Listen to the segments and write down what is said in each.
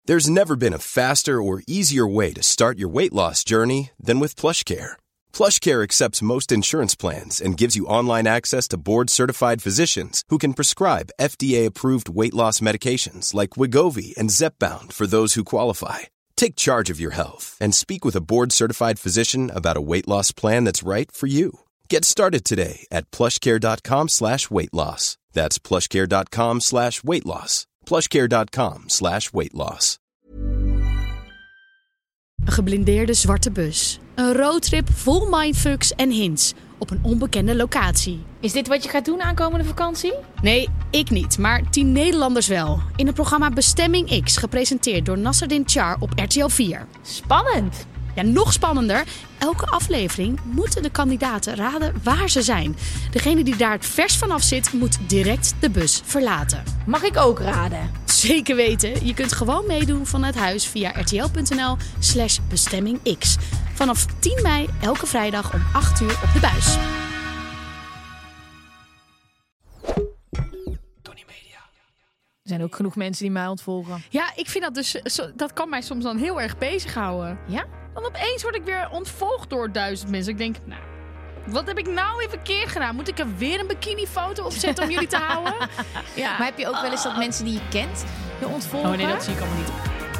There's never been a faster or easier way to start your weight loss journey than with PlushCare. PlushCare accepts most insurance plans and gives you online access to board-certified physicians who can prescribe FDA-approved weight loss medications like Wegovy and Zepbound for those who qualify. Take charge of your health and speak with a board-certified physician about a weight loss plan that's right for you. Get started today at plushcare.com/weightloss. That's plushcare.com/weightloss. plushcare.com/weightloss. Een geblindeerde zwarte bus. Een roadtrip vol mindfucks en hints op een onbekende locatie. Is dit wat je gaat doen aankomende vakantie? Nee, ik niet, maar 10 Nederlanders wel. In het programma Bestemming X, gepresenteerd door Nasserdin Char op RTL 4. Spannend! Ja, nog spannender. Elke aflevering moeten de kandidaten raden waar ze zijn. Degene die daar het vers vanaf zit, moet direct de bus verlaten. Mag ik ook raden? Zeker weten. Je kunt gewoon meedoen vanuit huis via rtl.nl/bestemmingx. Vanaf 10 mei elke vrijdag om 8 uur op de buis. Er zijn ook genoeg mensen die mij ontvolgen. Ja, ik vind dat dus... Dat kan mij soms dan heel erg bezighouden. Ja? Dan opeens word ik weer ontvolgd door 1000 mensen. Ik denk, nou, wat heb ik nou weer verkeerd gedaan? Moet ik er weer een bikinifoto op zetten om jullie te houden? Ja. Maar heb je ook wel eens dat mensen die je kent je ontvolgen? Oh nee, dat zie ik allemaal niet.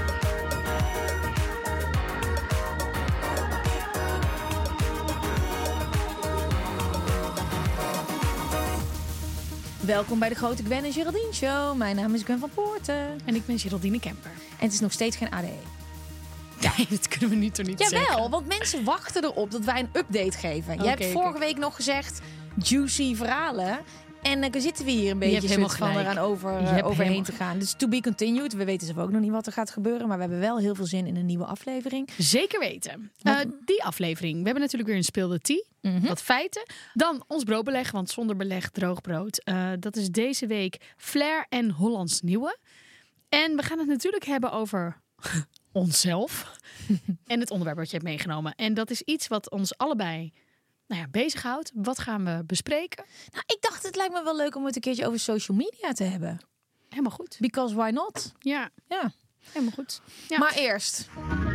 Welkom bij de Grote Gwen en Geraldine Show. Mijn naam is Gwen van Poorten. En ik ben Geraldine Kemper. En het is nog steeds geen ADE. Ja, dat kunnen we nu toch niet zeggen? Jawel, want mensen wachten erop dat wij een update geven. Je hebt vorige week nog gezegd, juicy verhalen. En dan zitten we hier een beetje soort van eraan overheen te gaan. Dus to be continued. We weten zelf ook nog niet wat er gaat gebeuren. Maar we hebben wel heel veel zin in een nieuwe aflevering. Zeker weten. Die aflevering. We hebben natuurlijk weer een speelde tea. Wat feiten. Dan ons broodbeleg. Want zonder beleg droog brood. Dat is deze week Flair en Hollands Nieuwe. En we gaan het natuurlijk hebben over onszelf. En het onderwerp wat je hebt meegenomen. En dat is iets wat ons allebei bezighoudt. Wat gaan we bespreken? Nou, ik dacht, het lijkt me wel leuk om het een keertje over social media te hebben. Helemaal goed. Because why not? Ja. Helemaal goed. Ja. Maar eerst.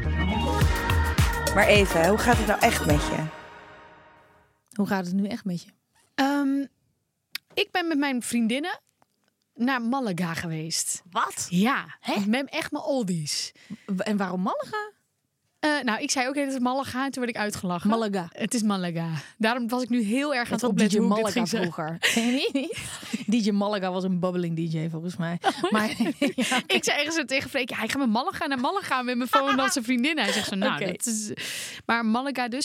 Maar even, hoe gaat het nou echt met je? Hoe gaat het nu echt met je? Ik ben met mijn vriendinnen naar Malaga geweest. Wat? Ja, met echt mijn oldies. En waarom Malaga? Ik zei ook, het is Malaga. En toen werd ik uitgelachen. Malaga. Het is Malaga. Daarom was ik nu heel erg aan het opletten hoe ik dit ging vroeger. DJ Malaga was een bubbling DJ volgens mij. Maar ik zei ergens tegen Freek, hij gaat met Malaga naar Malaga met mijn Volendamse vriendin. Hij zegt zo, dat is... Maar Malaga dus.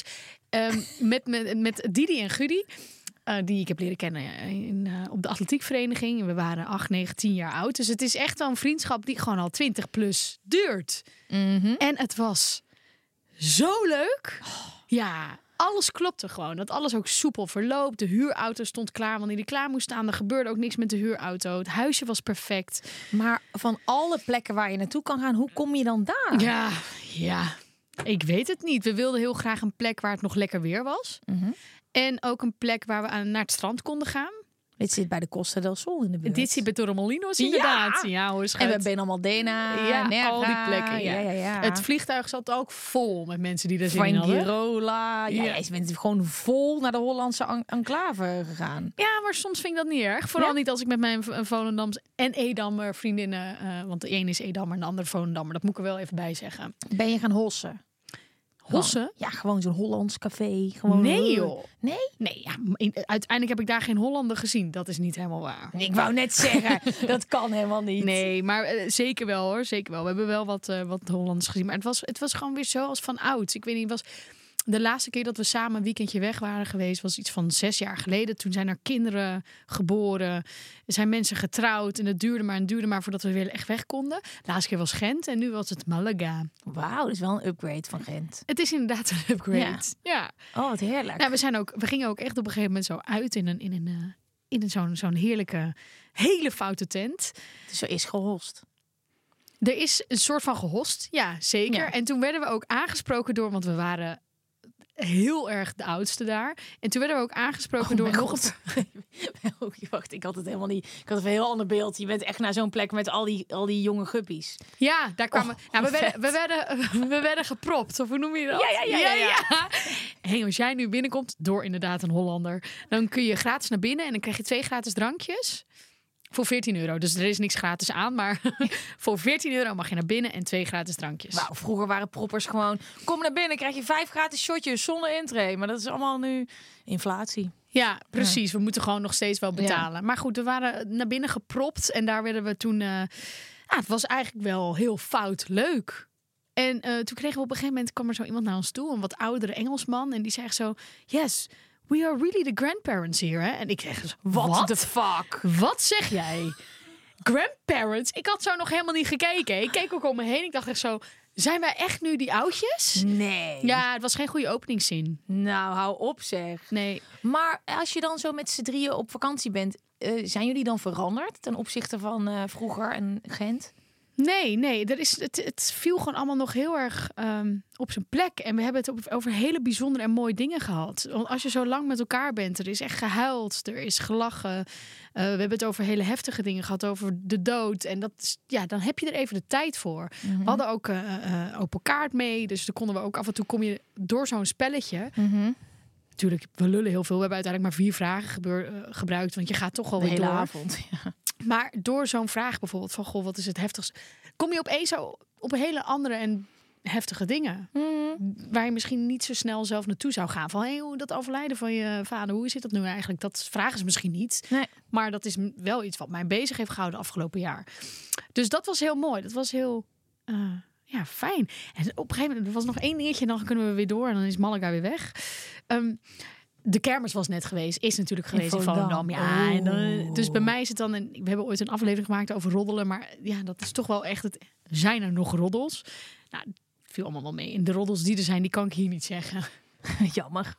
Met Didi en Gudi. Die ik heb leren kennen op de atletiekvereniging. We waren 8, 9, 10 jaar oud. Dus het is echt wel een vriendschap die gewoon al 20 plus duurt. En het was zo leuk. Ja, alles klopte gewoon. Dat alles ook soepel verloopt. De huurauto stond klaar wanneer die klaar moest staan. Er gebeurde ook niks met de huurauto. Het huisje was perfect. Maar van alle plekken waar je naartoe kan gaan, hoe kom je dan daar? Ja. Ik weet het niet. We wilden heel graag een plek waar het nog lekker weer was. En ook een plek waar we naar het strand konden gaan. Dit zit bij de Costa del Sol in de buurt. Dit zit bij Torremolinos inderdaad. Ja hoor, schat. En we Benalmádena, Nerga. Al die plekken. Ja. Het vliegtuig zat ook vol met mensen die er zin in hadden. Fuengirola. Ja, je bent gewoon vol naar de Hollandse enclave gegaan. Ja, maar soms vind ik dat niet erg. Vooral niet als ik met mijn Volendams en Edammer vriendinnen... want de een is Edammer en de andere Volendammer. Dat moet ik er wel even bij zeggen. Ben je gaan hossen? Hossen? Ja, gewoon zo'n Hollands café. Gewoon... Nee joh. Nee? Nee, uiteindelijk heb ik daar geen Hollander gezien. Dat is niet helemaal waar. Ik wou net zeggen, dat kan helemaal niet. Nee, maar zeker wel hoor. Zeker wel. We hebben wel wat Hollanders gezien. Maar het was gewoon weer zoals van oud. Ik weet niet, de laatste keer dat we samen een weekendje weg waren geweest... was iets van 6 jaar geleden. Toen zijn er kinderen geboren. Er zijn mensen getrouwd. En het duurde maar voordat we weer echt weg konden. De laatste keer was Gent en nu was het Malaga. Wauw, dat is wel een upgrade van Gent. Het is inderdaad een upgrade. Ja. Oh, wat heerlijk. Nou, we gingen ook echt op een gegeven moment zo uit in zo'n heerlijke, hele foute tent. Dus er is gehost. Er is een soort van gehost, ja, zeker. Ja. En toen werden we ook aangesproken want we waren heel erg de oudste daar. En toen werden we ook aangesproken door nog een... Wacht, ik had het helemaal niet. Ik had een heel ander beeld. Je bent echt naar zo'n plek met al die jonge guppies. Ja, daar kwamen... we werden gepropt. Of hoe noem je dat? Ja. Hey, als jij nu binnenkomt, door inderdaad een Hollander, dan kun je gratis naar binnen en dan krijg je 2 gratis drankjes. Voor €14. Dus er is niks gratis aan. Maar voor €14 mag je naar binnen en 2 gratis drankjes. Nou, vroeger waren proppers gewoon... Kom naar binnen, krijg je 5 gratis shotjes zonder intree. Maar dat is allemaal nu inflatie. Ja, precies. We moeten gewoon nog steeds wel betalen. Ja. Maar goed, we waren naar binnen gepropt. En daar werden we toen... het was eigenlijk wel heel fout leuk. En toen kregen we op een gegeven moment... kwam er zo iemand naar ons toe. Een wat oudere Engelsman. En die zei zo... Yes... We are really the grandparents here, hè? En ik zeg, what the fuck? Wat zeg jij? Grandparents? Ik had zo nog helemaal niet gekeken. Ik keek ook om me heen. Ik dacht echt zo, zijn wij echt nu die oudjes? Nee. Ja, het was geen goede openingszin. Nou, hou op zeg. Nee. Maar als je dan zo met z'n drieën op vakantie bent... zijn jullie dan veranderd ten opzichte van vroeger en Gent? Nee. Het viel gewoon allemaal nog heel erg op zijn plek. En we hebben het over hele bijzondere en mooie dingen gehad. Want als je zo lang met elkaar bent, er is echt gehuild, er is gelachen. We hebben het over hele heftige dingen gehad, over de dood. En dat is, dan heb je er even de tijd voor. Mm-hmm. We hadden ook open kaart mee, dus dan konden we ook af en toe kom je door zo'n spelletje. Mm-hmm. Natuurlijk, we lullen heel veel. We hebben uiteindelijk maar 4 vragen gebruikt, want je gaat toch al de hele door. Avond. Ja. Maar door zo'n vraag bijvoorbeeld van, goh, wat is het heftigste? Kom je opeens zo op een hele andere en heftige dingen. Mm. Waar je misschien niet zo snel zelf naartoe zou gaan. Van, hoe dat overlijden van je vader, hoe zit dat nu eigenlijk? Dat vragen ze misschien niet. Nee. Maar dat is wel iets wat mij bezig heeft gehouden afgelopen jaar. Dus dat was heel mooi. Dat was heel fijn. En op een gegeven moment, er was nog 1 dingetje en dan kunnen we weer door. En dan is Malaga weer weg. De kermis was net geweest. Is natuurlijk geweest in Volendam. Ja, en dan, dus bij mij is het dan... En we hebben ooit een aflevering gemaakt over roddelen. Maar ja, dat is toch wel echt... Zijn er nog roddels? Nou, het viel allemaal wel mee. En de roddels die er zijn, die kan ik hier niet zeggen. Jammer.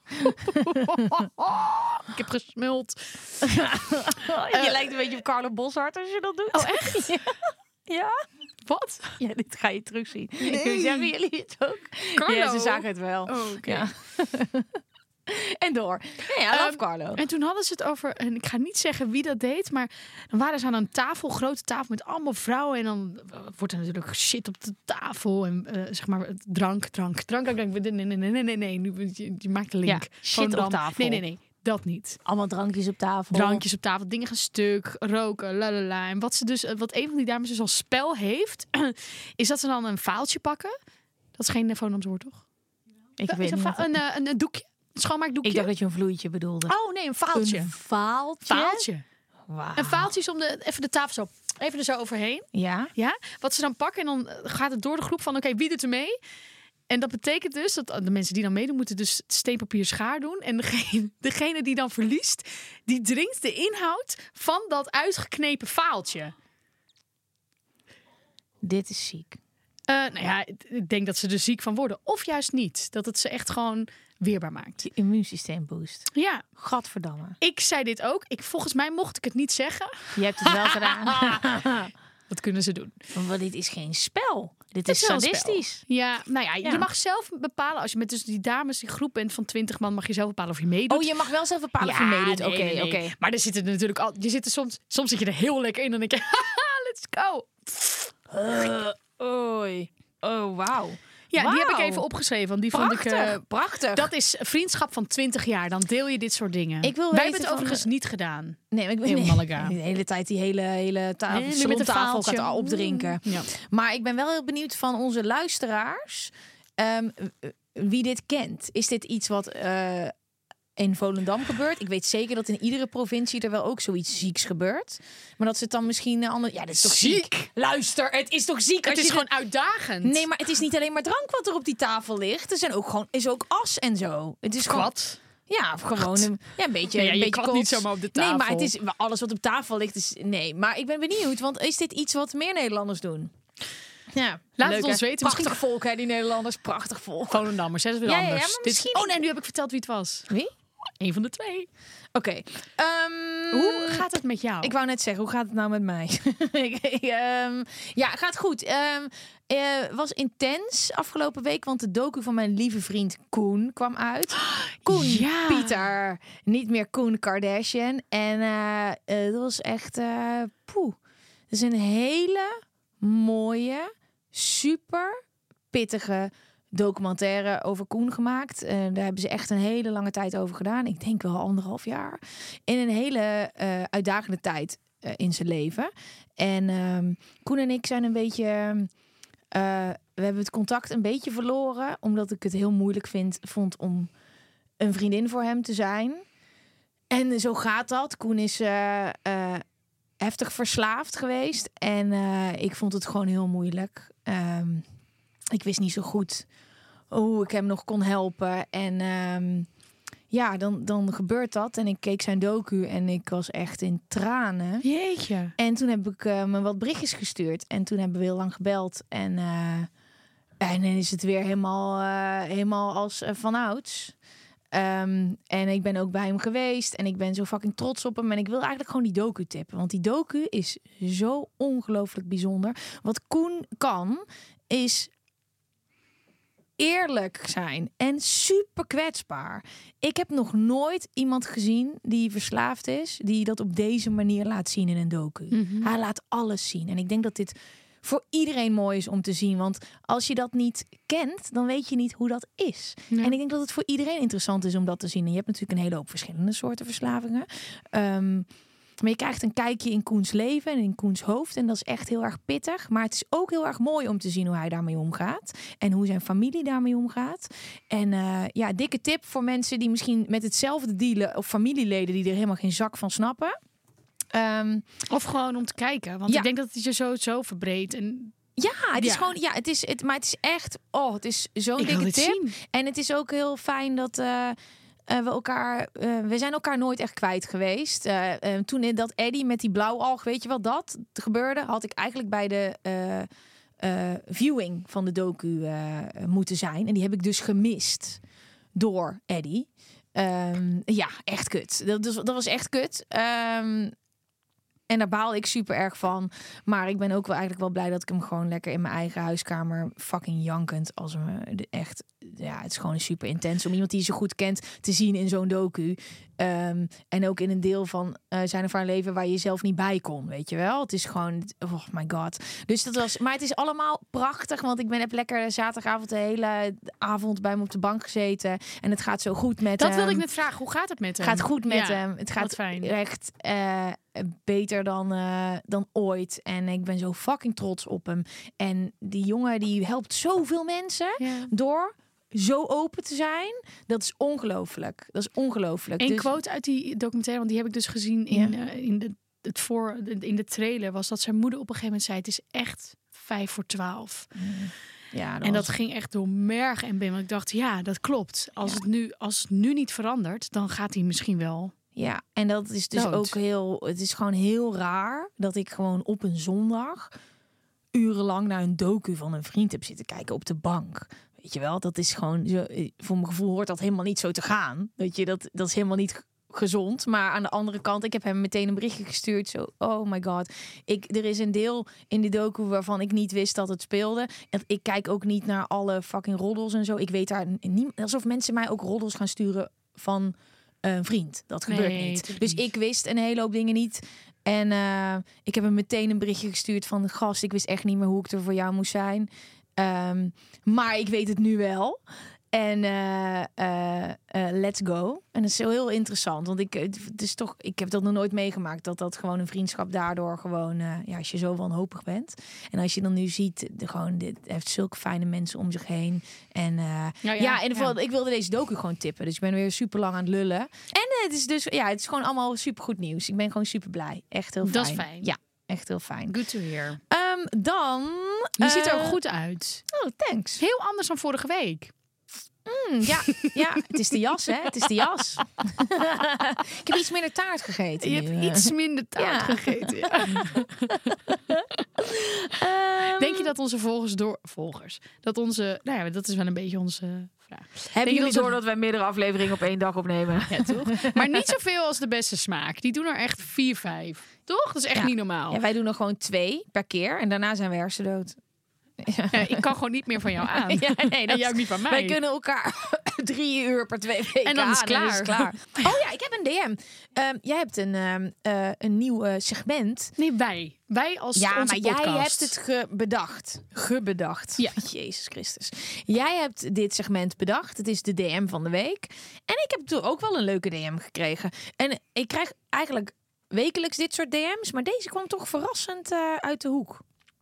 Ik heb gesmuld. Je lijkt een beetje op Carlo Boszhard als je dat doet. Oh, echt? Ja. Wat? Ja, dit ga je terugzien. Nee. Zeggen jullie het ook? Carlo? Ja, ze zagen het wel. Oh, okay. Ja. En door. Ja, love Carlo. En toen hadden ze het over, en ik ga niet zeggen wie dat deed, maar dan waren ze aan een tafel, grote tafel met allemaal vrouwen en dan wordt er natuurlijk shit op de tafel en zeg maar drank. Nee, nu je maakt de link. Ja, shit op tafel. Nee, dat niet. Allemaal drankjes op tafel. Drankjes op tafel, dingen gaan stuk, roken, lalala. En wat een van die dames dus als spel heeft, is dat ze dan een vaaltje pakken. Dat is geen Volendamse woord, toch? Ik weet niet. Een doekje. Schoonmaakdoekje. Ik dacht dat je een vloeitje bedoelde. Oh nee, een vaaltje. Een vaaltje? Wow. Een vaaltje is om even de tafel zo, even er zo overheen. Ja. Wat ze dan pakken en dan gaat het door de groep van oké, wie doet er mee? En dat betekent dus dat de mensen die dan meedoen moeten dus steen, papier, schaar doen. En degene die dan verliest, die drinkt de inhoud van dat uitgeknepen vaaltje. Dit is ziek. Ik denk dat ze er ziek van worden. Of juist niet. Dat het ze echt gewoon weerbaar maakt. Je immuunsysteem boost. Ja. Gadverdamme. Ik zei dit ook. Volgens mij mocht ik het niet zeggen. Je hebt het wel gedaan. Wat kunnen ze doen? Want dit is geen spel. Dit is sadistisch. Ja, je mag zelf bepalen. Als je met dus die dames, die groep bent van 20 man, mag je zelf bepalen of je meedoet. Oh, je mag wel zelf bepalen of je meedoet. Oké. Maar er zitten natuurlijk al. Je zit er soms zit je er heel lekker in. Dan denk je, let's go. Oei. Oh, wauw. Ja, die heb ik even opgeschreven. Want die prachtig, vond ik prachtig. Dat is vriendschap van 20 jaar. Dan deel je dit soort dingen. Wij hebben het overigens niet gedaan. Nee, maar ik ben Malaga. De hele tijd die hele tafel, met de tafel gaat opdrinken. Ja. Maar ik ben wel heel benieuwd van onze luisteraars wie dit kent. Is dit iets wat in Volendam gebeurt? Ik weet zeker dat in iedere provincie er wel ook zoiets zieks gebeurt. Maar dat ze het dan misschien anders. Ja, dit is toch ziek? Luister, het is toch ziek? Het is gewoon uitdagend. Nee, maar het is niet alleen maar drank wat er op die tafel ligt. Er zijn ook gewoon is ook as en zo. Het is gewoon. Ja, gewoon een beetje. Ja, je kan niet zomaar op de tafel. Nee, maar het is alles wat op tafel ligt. Is nee, maar ik ben benieuwd, want is dit iets wat meer Nederlanders doen? Ja, laat het ons weten. Prachtig volk, hè, die Nederlanders. Prachtig volk. Volendammers, dat is weer anders. Ja, misschien... Oh nee, nu heb ik verteld wie het was. Wie? Eén van de 2. Oké. Hoe gaat het met jou? Ik wou net zeggen, hoe gaat het nou met mij? Gaat goed. Was intens afgelopen week, want de docu van mijn lieve vriend Koen kwam uit. Koen, Pieter, niet meer Koen Kardashian. En dat was echt Het is een hele mooie, super pittige documentaire over Koen gemaakt. Daar hebben ze echt een hele lange tijd over gedaan. Ik denk wel 1,5 jaar. In een hele uitdagende tijd in zijn leven. En Koen en ik zijn een beetje... we hebben het contact een beetje verloren, omdat ik het heel moeilijk vond om een vriendin voor hem te zijn. En zo gaat dat. Koen is heftig verslaafd geweest. En ik vond het gewoon heel moeilijk. Ik wist niet zo goed hoe ik hem nog kon helpen. En dan gebeurt dat. En ik keek zijn docu en ik was echt in tranen. Jeetje. En toen heb ik me wat berichtjes gestuurd. En toen hebben we heel lang gebeld. En dan is het weer helemaal als vanouds. En ik ben ook bij hem geweest. En ik ben zo fucking trots op hem. En ik wil eigenlijk gewoon die docu tippen. Want die docu is zo ongelooflijk bijzonder. Wat Koen kan, is eerlijk zijn en super kwetsbaar. Ik heb nog nooit iemand gezien die verslaafd is, die dat op deze manier laat zien in een docu. Mm-hmm. Hij laat alles zien. En ik denk dat dit voor iedereen mooi is om te zien. Want als je dat niet kent, dan weet je niet hoe dat is. Ja. En ik denk dat het voor iedereen interessant is om dat te zien. En je hebt natuurlijk een hele hoop verschillende soorten verslavingen. Maar je krijgt een kijkje in Koens leven en in Koens hoofd. En dat is echt heel erg pittig. Maar het is ook heel erg mooi om te zien hoe hij daarmee omgaat. En hoe zijn familie daarmee omgaat. En dikke tip voor mensen die misschien met hetzelfde dealen. Of familieleden die er helemaal geen zak van snappen. Of gewoon om te kijken. Want ik denk dat het je zo verbreedt. En ja, het is gewoon. Ja, maar het is echt. Oh, het is zo'n dikke tip. Zien. En het is ook heel fijn dat we zijn elkaar nooit echt kwijt geweest. Toen dat Eddie met die blauwalg, weet je wat dat gebeurde, had ik eigenlijk bij de viewing van de docu moeten zijn. En die heb ik dus gemist door Eddie. Echt kut. Dat was echt kut. En daar baal ik super erg van. Maar ik ben ook wel eigenlijk wel blij dat ik hem gewoon lekker in mijn eigen huiskamer fucking jankend als echt. Ja, het is gewoon super intens om iemand die je zo goed kent te zien in zo'n docu. En ook in een deel van zijn of haar leven waar je zelf niet bij kon, weet je wel. Het is gewoon, oh my god. Dus dat was, maar het is allemaal prachtig, want ik heb lekker zaterdagavond de hele avond bij hem op de bank gezeten. En het gaat zo goed met hem. Dat wilde ik net vragen. Hoe gaat het met hem? Het gaat goed met hem. Het gaat echt beter dan ooit. En ik ben zo fucking trots op hem. En die jongen die helpt zoveel mensen door zo open te zijn. Dat is ongelooflijk. Dat is ongelooflijk. Een quote uit die documentaire, want die heb ik dus gezien in de trailer, was dat zijn moeder op een gegeven moment zei: het is echt 11:55. Ja, dat ging echt door merg en been. Want ik dacht, ja, dat klopt. Als het nu niet verandert, dan gaat hij misschien wel. Ja, en dat is dus ook het is gewoon heel raar dat ik gewoon op een zondag urenlang naar een docu van een vriend heb zitten kijken op de bank. Weet je wel, dat is gewoon zo, voor mijn gevoel hoort dat helemaal niet zo te gaan. Weet je, dat is helemaal niet gezond. Maar aan de andere kant, ik heb hem meteen een berichtje gestuurd. Zo, oh my god. Er is een deel in die docu waarvan ik niet wist dat het speelde. En ik kijk ook niet naar alle fucking roddels en zo. Ik weet daar niet, alsof mensen mij ook roddels gaan sturen van een vriend. Dat gebeurt niet. Dus ik wist een hele hoop dingen niet. En ik heb hem meteen een berichtje gestuurd van: gast, ik wist echt niet meer hoe ik er voor jou moest zijn. Maar ik weet het nu wel. En let's go. En dat is heel interessant. Want ik heb dat nog nooit meegemaakt. Dat gewoon een vriendschap daardoor gewoon, als je zo wanhopig bent. En als je dan nu ziet, dit heeft zulke fijne mensen om zich heen. En ik wilde deze docu gewoon tippen. Dus ik ben weer super lang aan het lullen. En het is dus, het is gewoon allemaal super goed nieuws. Ik ben gewoon super blij. Echt heel fijn. Dat is fijn. Ja, echt heel fijn. Good to hear. Dan... Je ziet er ook goed uit. Oh, thanks. Heel anders dan vorige week. Ja, het is de jas, hè? Het is de jas. Ik heb iets minder taart gegeten. Je hebt iets minder taart gegeten. Ja. Denk je dat onze volgers... Dat onze... Nou ja, dat is wel een beetje onze vraag. Hebben jullie door dat wij meerdere afleveringen op 1 dag opnemen? Ja, toch? Maar niet zoveel als de beste smaak. Die doen er echt 4-5. Toch? Dat is echt niet normaal. Ja, wij doen er gewoon 2 per keer. En daarna zijn we hersendood. Ja, ik kan gewoon niet meer van jou aan. Ja, nee, en jij ook niet van mij. Wij kunnen elkaar 3 uur per 2 weken en dan is het klaar. Oh ja, ik heb een DM. Jij hebt een nieuw segment. Nee, wij als onze podcast. Jij hebt het gebedacht. Ja. Jezus Christus. Jij hebt dit segment bedacht. Het is de DM van de week. En ik heb toen ook wel een leuke DM gekregen. En ik krijg eigenlijk wekelijks dit soort DM's. Maar deze kwam toch verrassend uit de hoek.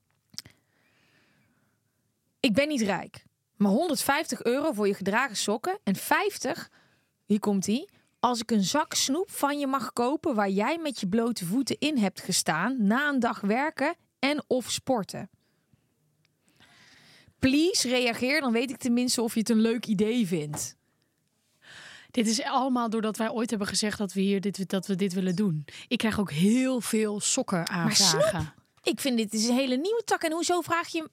Ik ben niet rijk, maar €150 voor je gedragen sokken en 50, hier komt-ie, als ik een zak snoep van je mag kopen waar jij met je blote voeten in hebt gestaan na een dag werken en of sporten. Please, reageer, dan weet ik tenminste of je het een leuk idee vindt. Dit is allemaal doordat wij ooit hebben gezegd dat we dit willen doen. Ik krijg ook heel veel sokken aanvragen. Maar snoep? Ik vind dit is een hele nieuwe tak. En hoezo vraag je...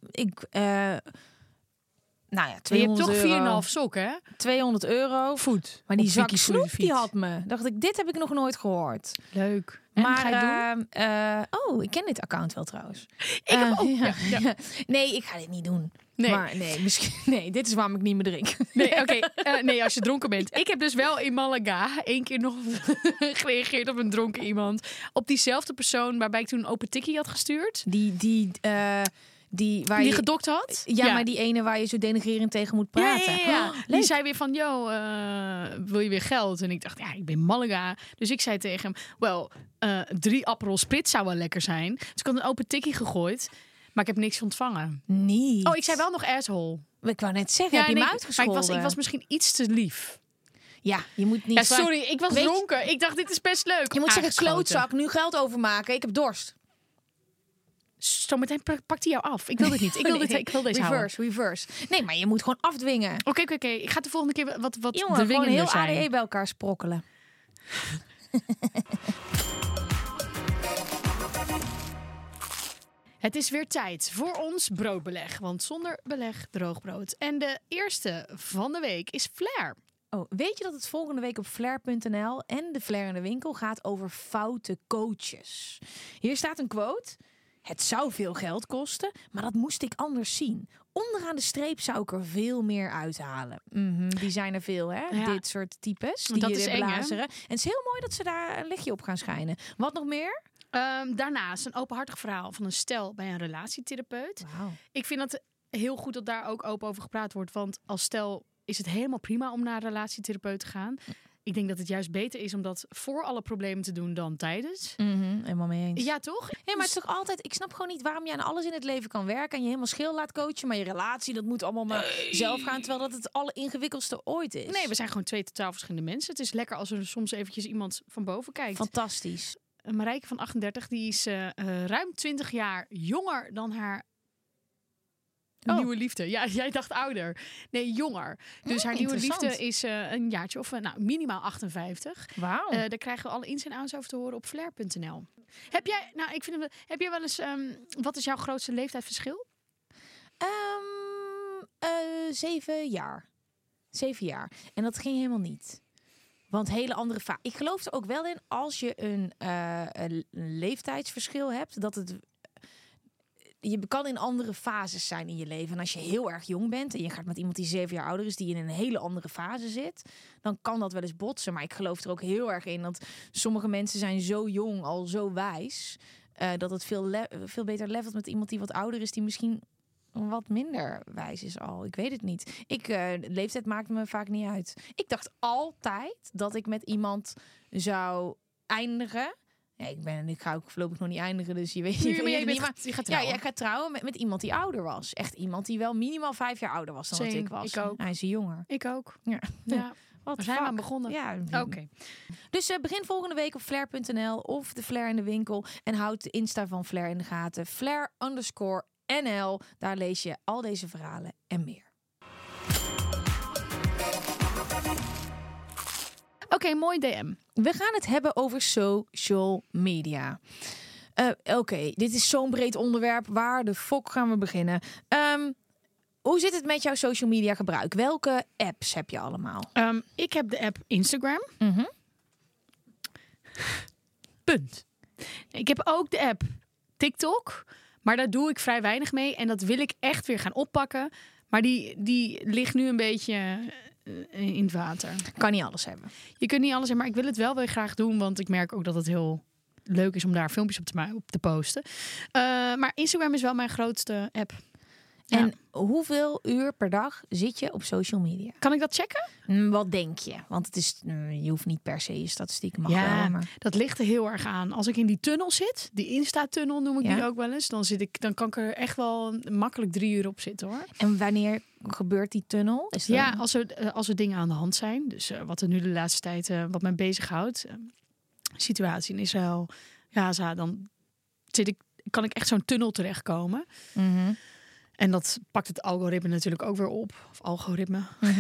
Nou ja, €200. Je hebt toch 4,5 sok, hè? €200. Voet. Maar die zak snoep, die had me. Dacht ik, dit heb ik nog nooit gehoord. Leuk. En maar ga je doen? Ik ken dit account wel trouwens. Ik heb ook. Ja. Nee, ik ga dit niet doen. Nee. Maar nee, dit is waarom ik niet meer drink. Nee, oké. Nee, als je dronken bent. Ik heb dus wel in Malaga 1 keer nog gereageerd op een dronken iemand. Op diezelfde persoon waarbij ik toen een open tikkie had gestuurd. Die gedokt had? Ja, maar die ene waar je zo denigrerend tegen moet praten. Ja. Die zei weer van, wil je weer geld? En ik dacht, ik ben Malaga. Dus ik zei tegen hem, 3 Aperol Spritz zou wel lekker zijn. Dus ik had een open tikkie gegooid. Maar ik heb niks ontvangen. Niet. Oh, ik zei wel nog asshole. Ik wou net zeggen, heb je hem uitgescholden? Maar ik was misschien iets te lief. Ja, je moet niet... Ja, sorry, ik was dronken. Ik dacht, dit is best leuk. Je moet zeggen, klootzak, nu geld overmaken. Ik heb dorst. Zometeen pakt hij jou af. Ik wil dit niet. Ik wil deze reverse. Nee, maar je moet gewoon afdwingen. Oké. Ik ga de volgende keer wat Jongen, de wingen heel zijn. ADE bij elkaar sprokkelen. Het is weer tijd voor ons broodbeleg. Want zonder beleg droog brood. En de eerste van de week is Flair. Oh, weet je dat het volgende week op Flair.nl en de Flair in de winkel gaat over foute coaches? Hier staat een quote. Het zou veel geld kosten, maar dat moest ik anders zien. Onderaan de streep zou ik er veel meer uithalen. Die zijn er veel, hè? Ja. Dit soort types. Die dat is eng, blazeren. En het is heel mooi dat ze daar een lichtje op gaan schijnen. Wat nog meer? Daarnaast een openhartig verhaal van een stel bij een relatietherapeut. Wow. Ik vind het heel goed dat daar ook open over gepraat wordt. Want als stel is het helemaal prima om naar een relatietherapeut te gaan. Ik denk dat het juist beter is om dat voor alle problemen te doen dan tijdens. Helemaal mee eens. Ja, toch? Nee, maar het is toch altijd... Ik snap gewoon niet waarom je aan alles in het leven kan werken en je helemaal scheel laat coachen, maar je relatie, dat moet allemaal maar zelf gaan, terwijl dat het alleringewikkeldste ooit is. Nee, we zijn gewoon 2 totaal verschillende mensen. Het is lekker als er soms eventjes iemand van boven kijkt. Fantastisch. Marijke van 38, die is ruim 20 jaar jonger dan haar nieuwe liefde. Ja, jij dacht ouder. Nee, jonger. Dus haar nieuwe liefde is een jaartje of minimaal 58. Wauw. Daar krijgen we alle ins en outs over te horen op Flair.nl. Heb jij wel eens... wat is jouw grootste leeftijdsverschil? 7 jaar. 7 jaar. En dat ging helemaal niet. Want hele andere ik geloof er ook wel in, als je een leeftijdsverschil hebt, dat het... Je kan in andere fases zijn in je leven. En als je heel erg jong bent en je gaat met iemand die 7 jaar ouder is, die in een hele andere fase zit, dan kan dat wel eens botsen. Maar ik geloof er ook heel erg in dat sommige mensen zijn zo jong, al zo wijs, dat het veel beter levelt met iemand die wat ouder is, die misschien wat minder wijs is al. Ik weet het niet. Leeftijd maakt me vaak niet uit. Ik dacht altijd dat ik met iemand zou eindigen. Ja, ik ga ook voorlopig nog niet eindigen, dus je weet niet. Je gaat trouwen. Ja, ik ga trouwen met iemand die ouder was. Echt iemand die wel minimaal 5 jaar ouder was dan wat ik was. Ik ook. Hij is jonger. Ik ook. Ja. Wat zijn we aan begonnen? Ja. Oké. Dus begin volgende week op Flair.nl of de Flair in de winkel. En houd de Insta van Flair in de gaten. Flair_NL. Daar lees je al deze verhalen en meer. Oké, mooi DM. We gaan het hebben over social media. Oké, dit is zo'n breed onderwerp. Waar de fuck gaan we beginnen? Hoe zit het met jouw social media gebruik? Welke apps heb je allemaal? Ik heb de app Instagram. Punt. Ik heb ook de app TikTok. Maar daar doe ik vrij weinig mee. En dat wil ik echt weer gaan oppakken. Maar die ligt nu een beetje in het water. Kan niet alles hebben. Je kunt niet alles hebben, maar ik wil het wel weer graag doen. Want ik merk ook dat het heel leuk is om daar filmpjes op te posten. Maar Instagram is wel mijn grootste app. En hoeveel uur per dag zit je op social media? Kan ik dat checken? Wat denk je? Want het is, je hoeft niet per se je statistieken mag wel. Maar... dat ligt er heel erg aan. Als ik in die tunnel zit, die Insta-tunnel noem ik die ook wel eens, dan kan ik er echt wel makkelijk 3 uur op zitten, hoor. En wanneer gebeurt die tunnel? Is dat... Ja, als er dingen aan de hand zijn. Dus wat er nu de laatste tijd wat mij bezighoudt. Situatie in Israël. Gaza, dan kan ik echt zo'n tunnel terechtkomen. En dat pakt het algoritme natuurlijk ook weer op. Of algoritme.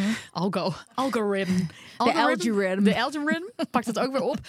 Algoritme. De algoritme pakt het ook weer op.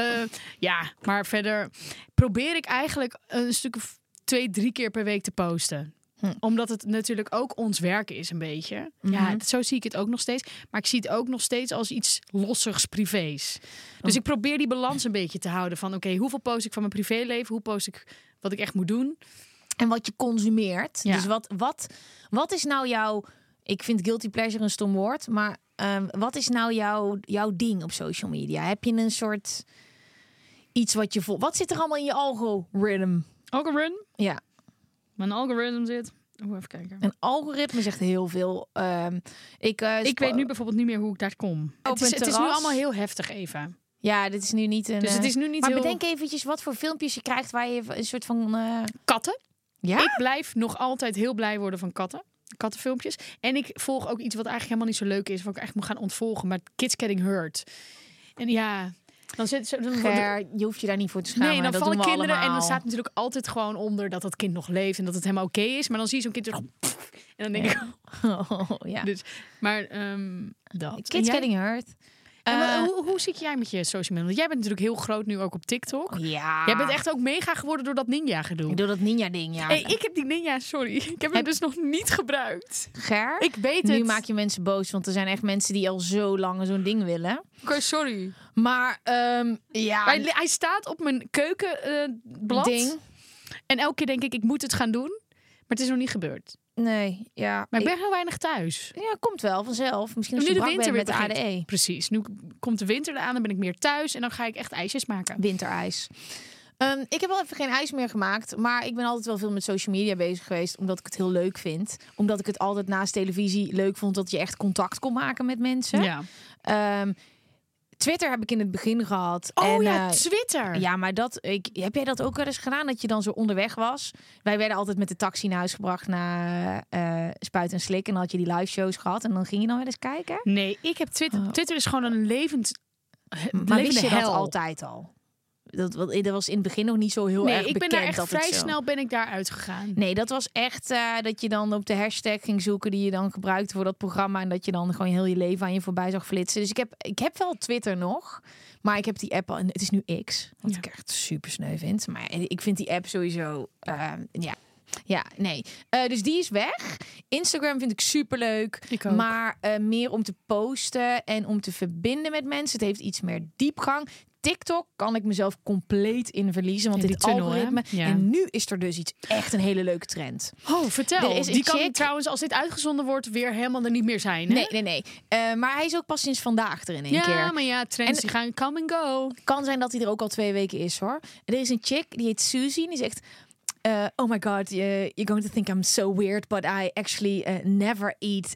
Maar verder probeer ik eigenlijk een stuk of 2-3 keer per week te posten. Omdat het natuurlijk ook ons werk is een beetje. Ja, zo zie ik het ook nog steeds. Maar ik zie het ook nog steeds als iets lossigs privés. Dus ik probeer die balans een beetje te houden. Van oké, hoeveel post ik van mijn privéleven? Hoe post ik wat ik echt moet doen? En wat je consumeert. Ja. Dus wat is nou jouw... Ik vind guilty pleasure een stom woord. Maar wat is nou jouw ding op social media? Heb je een soort... iets wat je vol... Wat zit er allemaal in je algoritme? Algoritme? Ja. Mijn algoritme zit... even kijken. Een algoritme zegt heel veel. Ik weet nu bijvoorbeeld niet meer hoe ik daar kom. Het is nu allemaal heel heftig even. Ja, dit is nu niet een... Dus het is nu niet maar heel... bedenk eventjes wat voor filmpjes je krijgt waar je een soort van... Katten. Ja? Ik blijf nog altijd heel blij worden van kattenfilmpjes. En ik volg ook iets wat eigenlijk helemaal niet zo leuk is, wat ik echt moet gaan ontvolgen. Maar Kids Getting Hurt. En ja, dan zit zo. Je hoeft je daar niet voor te schamen. Nee, dan dat vallen kinderen allemaal. en dan staat natuurlijk altijd gewoon onder dat dat kind nog leeft en dat het helemaal oké is. Maar dan zie je zo'n kind er en dan denk ik. Ja. Dus, maar dat. Kids Getting Hurt. Hoe zit jij met je social media? Want jij bent natuurlijk heel groot nu ook op TikTok. Ja. Jij bent echt ook mega geworden door dat ninja gedoe. Door dat ninja ding, ja. Hey, ik heb die ninja, sorry. Ik heb hem dus nog niet gebruikt. Ger? Ik weet het. Nu maak je mensen boos, want er zijn echt mensen die al zo lang zo'n ding willen. Oké, sorry. Maar ja. Hij staat op mijn keukenblad. Ding. En elke keer denk ik moet het gaan doen. Maar het is nog niet gebeurd. Nee, ja. Maar ik ben heel weinig thuis. Ja, komt wel vanzelf. Misschien als nu je de winter met de begint. ADE. Precies. Nu komt de winter eraan, dan ben ik meer thuis. En dan ga ik echt ijsjes maken. Winterijs. Ik heb wel even geen ijs meer gemaakt. Maar ik ben altijd wel veel met social media bezig geweest. Omdat ik het heel leuk vind. Omdat ik het altijd naast televisie leuk vond dat je echt contact kon maken met mensen. Ja. Twitter heb ik in het begin gehad. Oh en, ja, Twitter. Ja, maar heb jij dat ook wel eens gedaan? Dat je dan zo onderweg was? Wij werden altijd met de taxi naar huis gebracht naar Spuit en Slik. En dan had je die live shows gehad. En dan ging je dan wel eens kijken? Nee, ik heb Twitter. Oh. Twitter is gewoon een levend... Maar wist je dat altijd al? Dat was in het begin nog niet zo heel erg bekend. Nee, ik ben daar echt dat vrij zo... snel ben ik daar uitgegaan. Nee, dat was echt dat je dan op de hashtag ging zoeken die je dan gebruikte voor dat programma. En dat je dan gewoon heel je leven aan je voorbij zag flitsen. Dus ik heb wel Twitter nog. Maar ik heb die app al. En het is nu X. Wat ik echt super sneu vind. Maar ik vind die app sowieso... Ja, nee. Dus die is weg. Instagram vind ik superleuk. Ik ook. Maar meer om te posten en om te verbinden met mensen. Het heeft iets meer diepgang. TikTok kan ik mezelf compleet in verliezen. Want in dit tunnel, algoritme... Ja. En nu is er dus echt een hele leuke trend. Oh, vertel. Er is Die kan chick... trouwens, als dit uitgezonden wordt, weer helemaal er niet meer zijn. Hè? Nee. Maar hij is ook pas sinds vandaag erin een keer. Ja, maar ja, trends die gaan come and go. Kan zijn dat hij er ook al 2 weken is, hoor. Er is een chick, die heet Susie. Die zegt... oh my god, you're going to think I'm so weird, but I actually never eat...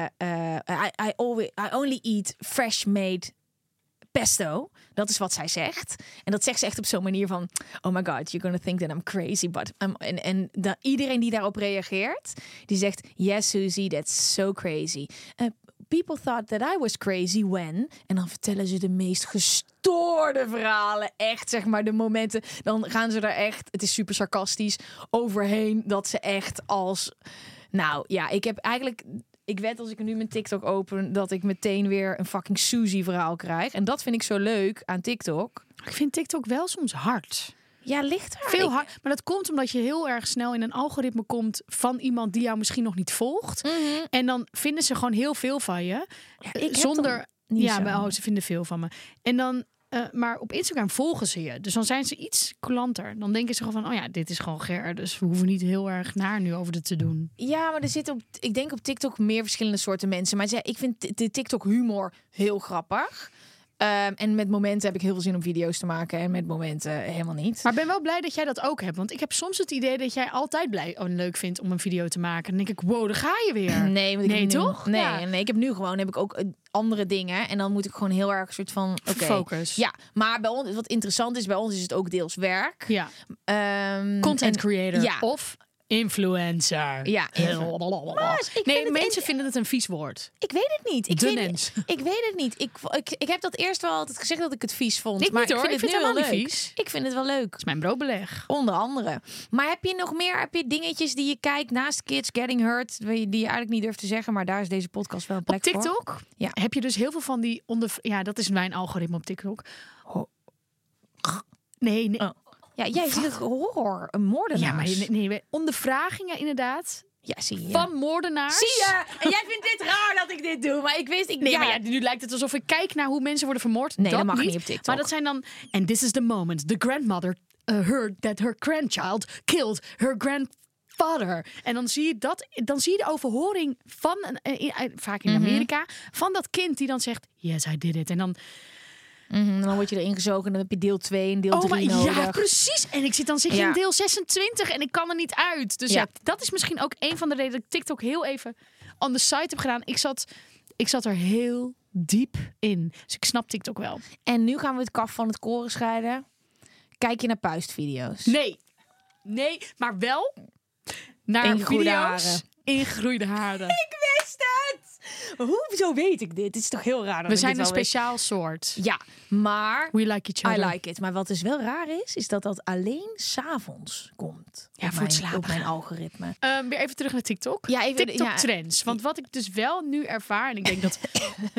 I only eat fresh made pesto. Dat is wat zij zegt. En dat zegt ze echt op zo'n manier van... Oh my god, you're gonna think that I'm crazy. But iedereen die daarop reageert... die zegt... Yes, Susie, that's so crazy. People thought that I was crazy when... En dan vertellen ze de meest gestoorde verhalen. Echt, zeg maar, de momenten... Dan gaan ze daar echt... Het is super sarcastisch overheen... dat ze echt als... Nou ja, ik heb eigenlijk... ik weet als ik nu mijn TikTok open... dat ik meteen weer een fucking Suzy-verhaal krijg. En dat vind ik zo leuk aan TikTok. Ik vind TikTok wel soms hard. Ja, ligt er. Veel hard. Maar dat komt omdat je heel erg snel in een algoritme komt... van iemand die jou misschien nog niet volgt. Mm-hmm. En dan vinden ze gewoon heel veel van je. Ja, zonder... Ja, ze vinden veel van me. En dan... maar op Instagram volgen ze je. Dus dan zijn ze iets coulanter. Dan denken ze gewoon van... oh ja, dit is gewoon Ger. Dus we hoeven niet heel erg naar nu over dit te doen. Ja, maar er zitten ik denk op TikTok meer verschillende soorten mensen. Maar ik vind de TikTok humor heel grappig. En met momenten heb ik heel veel zin om video's te maken. En met momenten helemaal niet. Maar ik ben wel blij dat jij dat ook hebt. Want ik heb soms het idee dat jij altijd leuk vindt om een video te maken. Dan denk ik, wow, daar ga je weer. Nee, toch? Nee, ja. Nee, ik heb nu gewoon ook andere dingen. En dan moet ik gewoon heel erg een soort van... focus. Ja, maar bij ons, wat interessant is, bij ons is het ook deels werk. Ja. Content creator. Ja. Of... influencer. Ja. Mensen vinden het een vies woord. Ik weet het niet. Ik weet het niet. Ik heb dat eerst wel altijd gezegd dat ik het vies vond. Ik vind het nu wel leuk. Vies. Ik vind het wel leuk. Het is mijn broodbeleg. Onder andere. Maar heb je nog meer? Heb je dingetjes die je kijkt naast Kids Getting Hurt, die je eigenlijk niet durft te zeggen, maar daar is deze podcast wel een plek voor? Op TikTok heb je dus heel veel van die Ja, dat is mijn algoritme op TikTok. Nee. Oh. Ja, jij ziet het horror, een moordenaar. Ja, maar ondervragingen inderdaad. Ja, zie je. Van moordenaars. Zie je? En jij vindt dit raar dat ik dit doe, maar ik wist... maar nu lijkt het alsof ik kijk naar hoe mensen worden vermoord. Nee, dat mag niet op TikTok. Maar dat zijn dan... And this is the moment the grandmother heard that her grandchild killed her grandfather. En dan zie je dat... Dan zie je de overhoring van... vaak in Amerika. Van dat kind die dan zegt... Yes, I did it. En dan... Dan word je erin gezogen en dan heb je deel 2 en deel 3 nodig. Ja, precies. En ik zit dan in deel 26 en ik kan er niet uit. Dus dat is misschien ook een van de redenen dat ik TikTok heel even on the side heb gedaan. Ik zat er heel diep in. Dus ik snap TikTok wel. En nu gaan we het kaf van het koren scheiden. Kijk je naar puistvideo's? Nee, maar wel naar ingegroeide haren. Ingegroeide haren. Ik wist het! Hoezo weet ik dit? Het is toch heel raar. We zijn een speciaal soort. Ja, maar... We like each other. I like it. Maar wat dus wel raar is dat alleen 's avonds komt. Ja, voor het slapen. Op mijn algoritme. Weer even terug naar TikTok. Ja, even, TikTok trends. Want wat ik dus wel nu ervaar... En ik denk dat...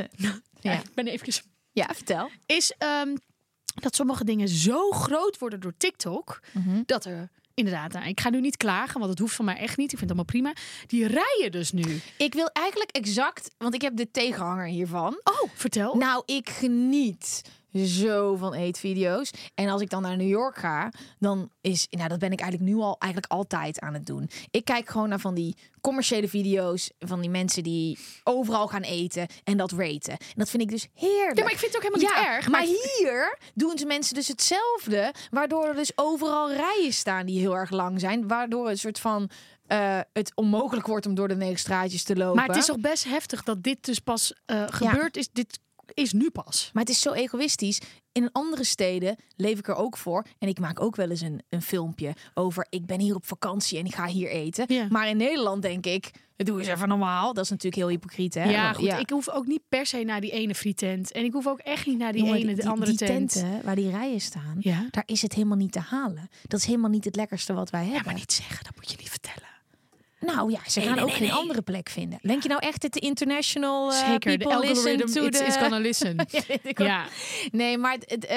ik ben even... Ja, vertel. Is dat sommige dingen zo groot worden door TikTok... dat er... Inderdaad, ik ga nu niet klagen, want het hoeft van mij echt niet. Ik vind het allemaal prima. Die rijden dus nu. Ik wil eigenlijk exact, want ik heb de tegenhanger hiervan. Oh, vertel. Nou, ik geniet zo van eetvideo's. En als ik dan naar New York ga, dan is... Nou, dat ben ik eigenlijk nu eigenlijk altijd aan het doen. Ik kijk gewoon naar van die commerciële video's van die mensen die overal gaan eten en dat raten. En dat vind ik dus heerlijk. Ja, maar ik vind het ook helemaal niet erg. Maar hier doen ze mensen dus hetzelfde, waardoor er dus overal rijen staan die heel erg lang zijn, waardoor een soort van... het onmogelijk wordt om door de 9 straatjes te lopen. Maar het is toch best heftig dat dit dus pas gebeurd is. Dit is nu pas. Maar het is zo egoïstisch. In andere steden leef ik er ook voor. En ik maak ook wel eens een filmpje over... ik ben hier op vakantie en ik ga hier eten. Ja. Maar in Nederland denk ik... het doe eens even normaal. Dat is natuurlijk heel hypocriet, hè? Ja, goed. Ja. Ik hoef ook niet per se naar die ene frietent. En ik hoef ook echt niet naar die andere tent. Die tenten waar die rijen staan... daar is het helemaal niet te halen. Dat is helemaal niet het lekkerste wat wij hebben. Ja, maar niet zeggen. Dat moet je niet vertellen. Nou ja, ze gaan ook geen andere plek vinden. Denk je nou echt dat de international Zeker, people listen to it's gonna listen. Ja. Nee, maar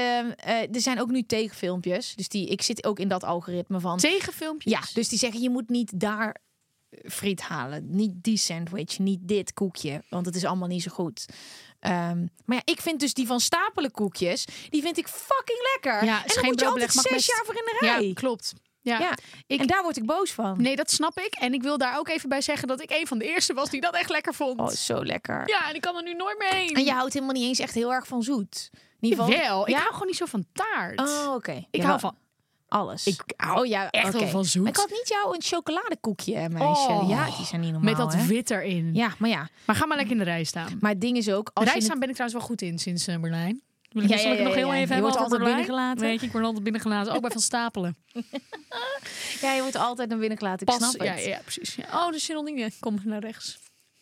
er zijn ook nu tegenfilmpjes. Dus ik zit ook in dat algoritme van... Tegenfilmpjes? Ja, dus die zeggen je moet niet daar friet halen. Niet die sandwich, niet dit koekje. Want het is allemaal niet zo goed. Maar ja, ik vind dus die van Stapelen koekjes... die vind ik fucking lekker. Ja, en dan moet je altijd 6 jaar voor in de rij. Ja, klopt. Ja. En daar word ik boos van. Nee, dat snap ik. En ik wil daar ook even bij zeggen dat ik een van de eerste was die dat echt lekker vond. Oh, zo lekker. Ja, en ik kan er nu nooit meer heen. En je houdt helemaal niet eens echt heel erg van zoet. In ieder geval. Wel, ik hou gewoon niet zo van taart. Oh, oké. Ik hou van alles. Ik hou echt wel van zoet. Maar ik had niet jou een chocoladekoekje, meisje. Oh, ja, die zijn niet normaal. met dat wit erin. Ja, maar ja. Maar ga maar lekker in de rij staan. Maar het ding is ook... Rij staan ben ik trouwens wel goed in sinds Berlijn. Wil ik nog heel even je wordt altijd binnengelaten. Weet je, ik word altijd binnengelaten. Ook bij Van Stapelen. Ja, je wordt altijd naar binnen gelaten. Ik snap het. Ja, precies. Ja. Oh, dus je nog niet. Kom naar rechts.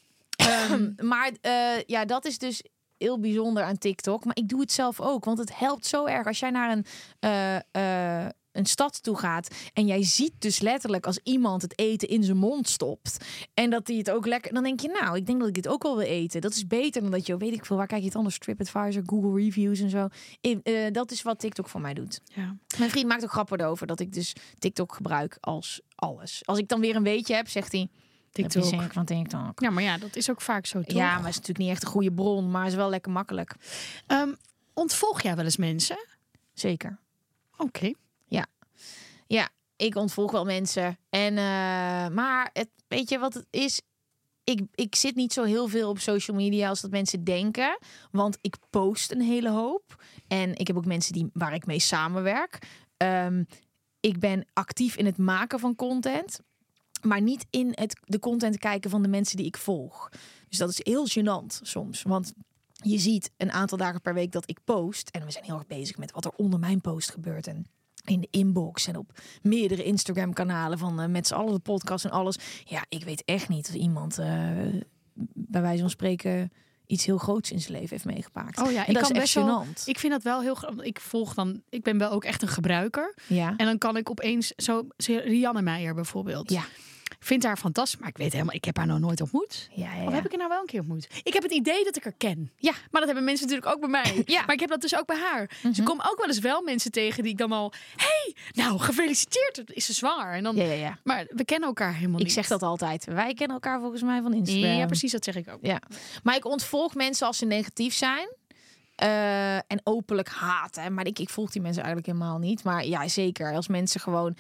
Maar dat is dus heel bijzonder aan TikTok. Maar ik doe het zelf ook. Want het helpt zo erg. Als jij naar een een stad toe gaat en jij ziet dus letterlijk als iemand het eten in zijn mond stopt en dat hij het ook lekker, dan denk je, nou, ik denk dat ik dit ook wel wil eten. Dat is beter dan dat je, weet ik veel, waar kijk je het anders, TripAdvisor, Google Reviews en zo. Dat is wat TikTok voor mij doet. Ja. Mijn vriend maakt ook grappen erover dat ik dus TikTok gebruik als alles. Als ik dan weer een weetje heb, zegt hij, TikTok. Van TikTok. Ja, maar ja, dat is ook vaak zo, toch? Ja, maar het is natuurlijk niet echt een goede bron, maar het is wel lekker makkelijk. Ontvolg jij wel eens mensen? Zeker. Oké. Ja, ik ontvolg wel mensen. En, maar weet je wat het is? Ik zit niet zo heel veel op social media als dat mensen denken. Want ik post een hele hoop. En ik heb ook mensen waar ik mee samenwerk. Ik ben actief in het maken van content. Maar niet in de content kijken van de mensen die ik volg. Dus dat is heel gênant soms. Want je ziet een aantal dagen per week dat ik post. En we zijn heel erg bezig met wat er onder mijn post gebeurt. En in de inbox en op meerdere Instagram-kanalen van met z'n allen de podcast en alles. Ja, ik weet echt niet of iemand bij wijze van spreken iets heel groots in zijn leven heeft meegemaakt. Oh ja, en dat is echt gênant. Ik vind dat wel heel. Ik ben wel ook echt een gebruiker. Ja. En dan kan ik opeens Rianne Meijer bijvoorbeeld. Ja. Vind haar fantastisch, maar ik weet helemaal, ik heb haar nog nooit ontmoet. Ja. Of heb ik haar nou wel een keer ontmoet? Ik heb het idee dat ik haar ken. Ja. Maar dat hebben mensen natuurlijk ook bij mij. Ja. Maar ik heb dat dus ook bij haar. Mm-hmm. Ze komen ook wel eens wel mensen tegen die ik dan al... Hey, nou, gefeliciteerd. Is ze zwanger? En dan, ja. Maar we kennen elkaar helemaal niet. Ik zeg dat altijd. Wij kennen elkaar volgens mij van Instagram. Ja, precies, dat zeg ik ook. Ja. Maar ik ontvolg mensen als ze negatief zijn. En openlijk haten. Maar ik volg die mensen eigenlijk helemaal niet. Maar ja, zeker. Als mensen gewoon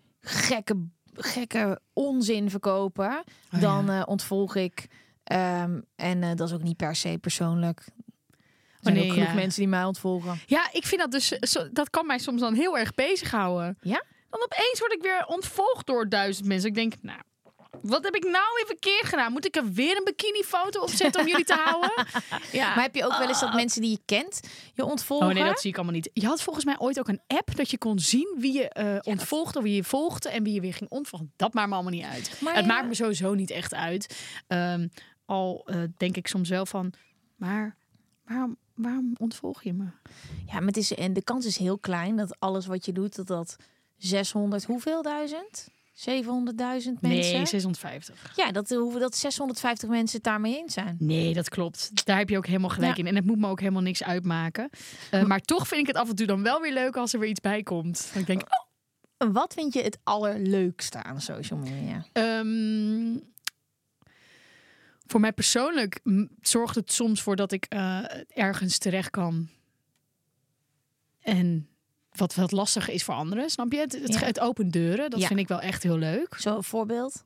gekke onzin verkopen, dan ontvolg ik. En dat is ook niet per se persoonlijk. Er zijn ook genoeg mensen die mij ontvolgen. Ja, ik vind dat dus, dat kan mij soms dan heel erg bezighouden. Ja? Dan opeens word ik weer ontvolgd door 1000 mensen. Ik denk, nou, wat heb ik nou even een keer gedaan? Moet ik er weer een bikini-foto opzetten om jullie te houden? Ja. Maar heb je ook wel eens dat mensen die je kent je ontvolgen? Oh nee, dat zie ik allemaal niet. Je had volgens mij ooit ook een app dat je kon zien wie je ontvolgde of wie je volgde en wie je weer ging ontvolgen. Dat maakt me allemaal niet uit. Maar het maakt me sowieso niet echt uit. Denk ik soms wel van, maar waarom ontvolg je me? Ja, maar de kans is heel klein dat alles wat je doet, dat 600, hoeveel duizend? 700.000 mensen? Nee, 650. Ja, dat 650 mensen het daarmee eens zijn. Nee, dat klopt. Daar heb je ook helemaal gelijk in. En het moet me ook helemaal niks uitmaken. Maar toch vind ik het af en toe dan wel weer leuk als er weer iets bij komt. Dan denk ik, wat vind je het allerleukste aan social media? Voor mij persoonlijk zorgt het soms voor dat ik ergens terecht kan. En wat lastiger is voor anderen, snap je? Het opent deuren, dat vind ik wel echt heel leuk. Zo een voorbeeld?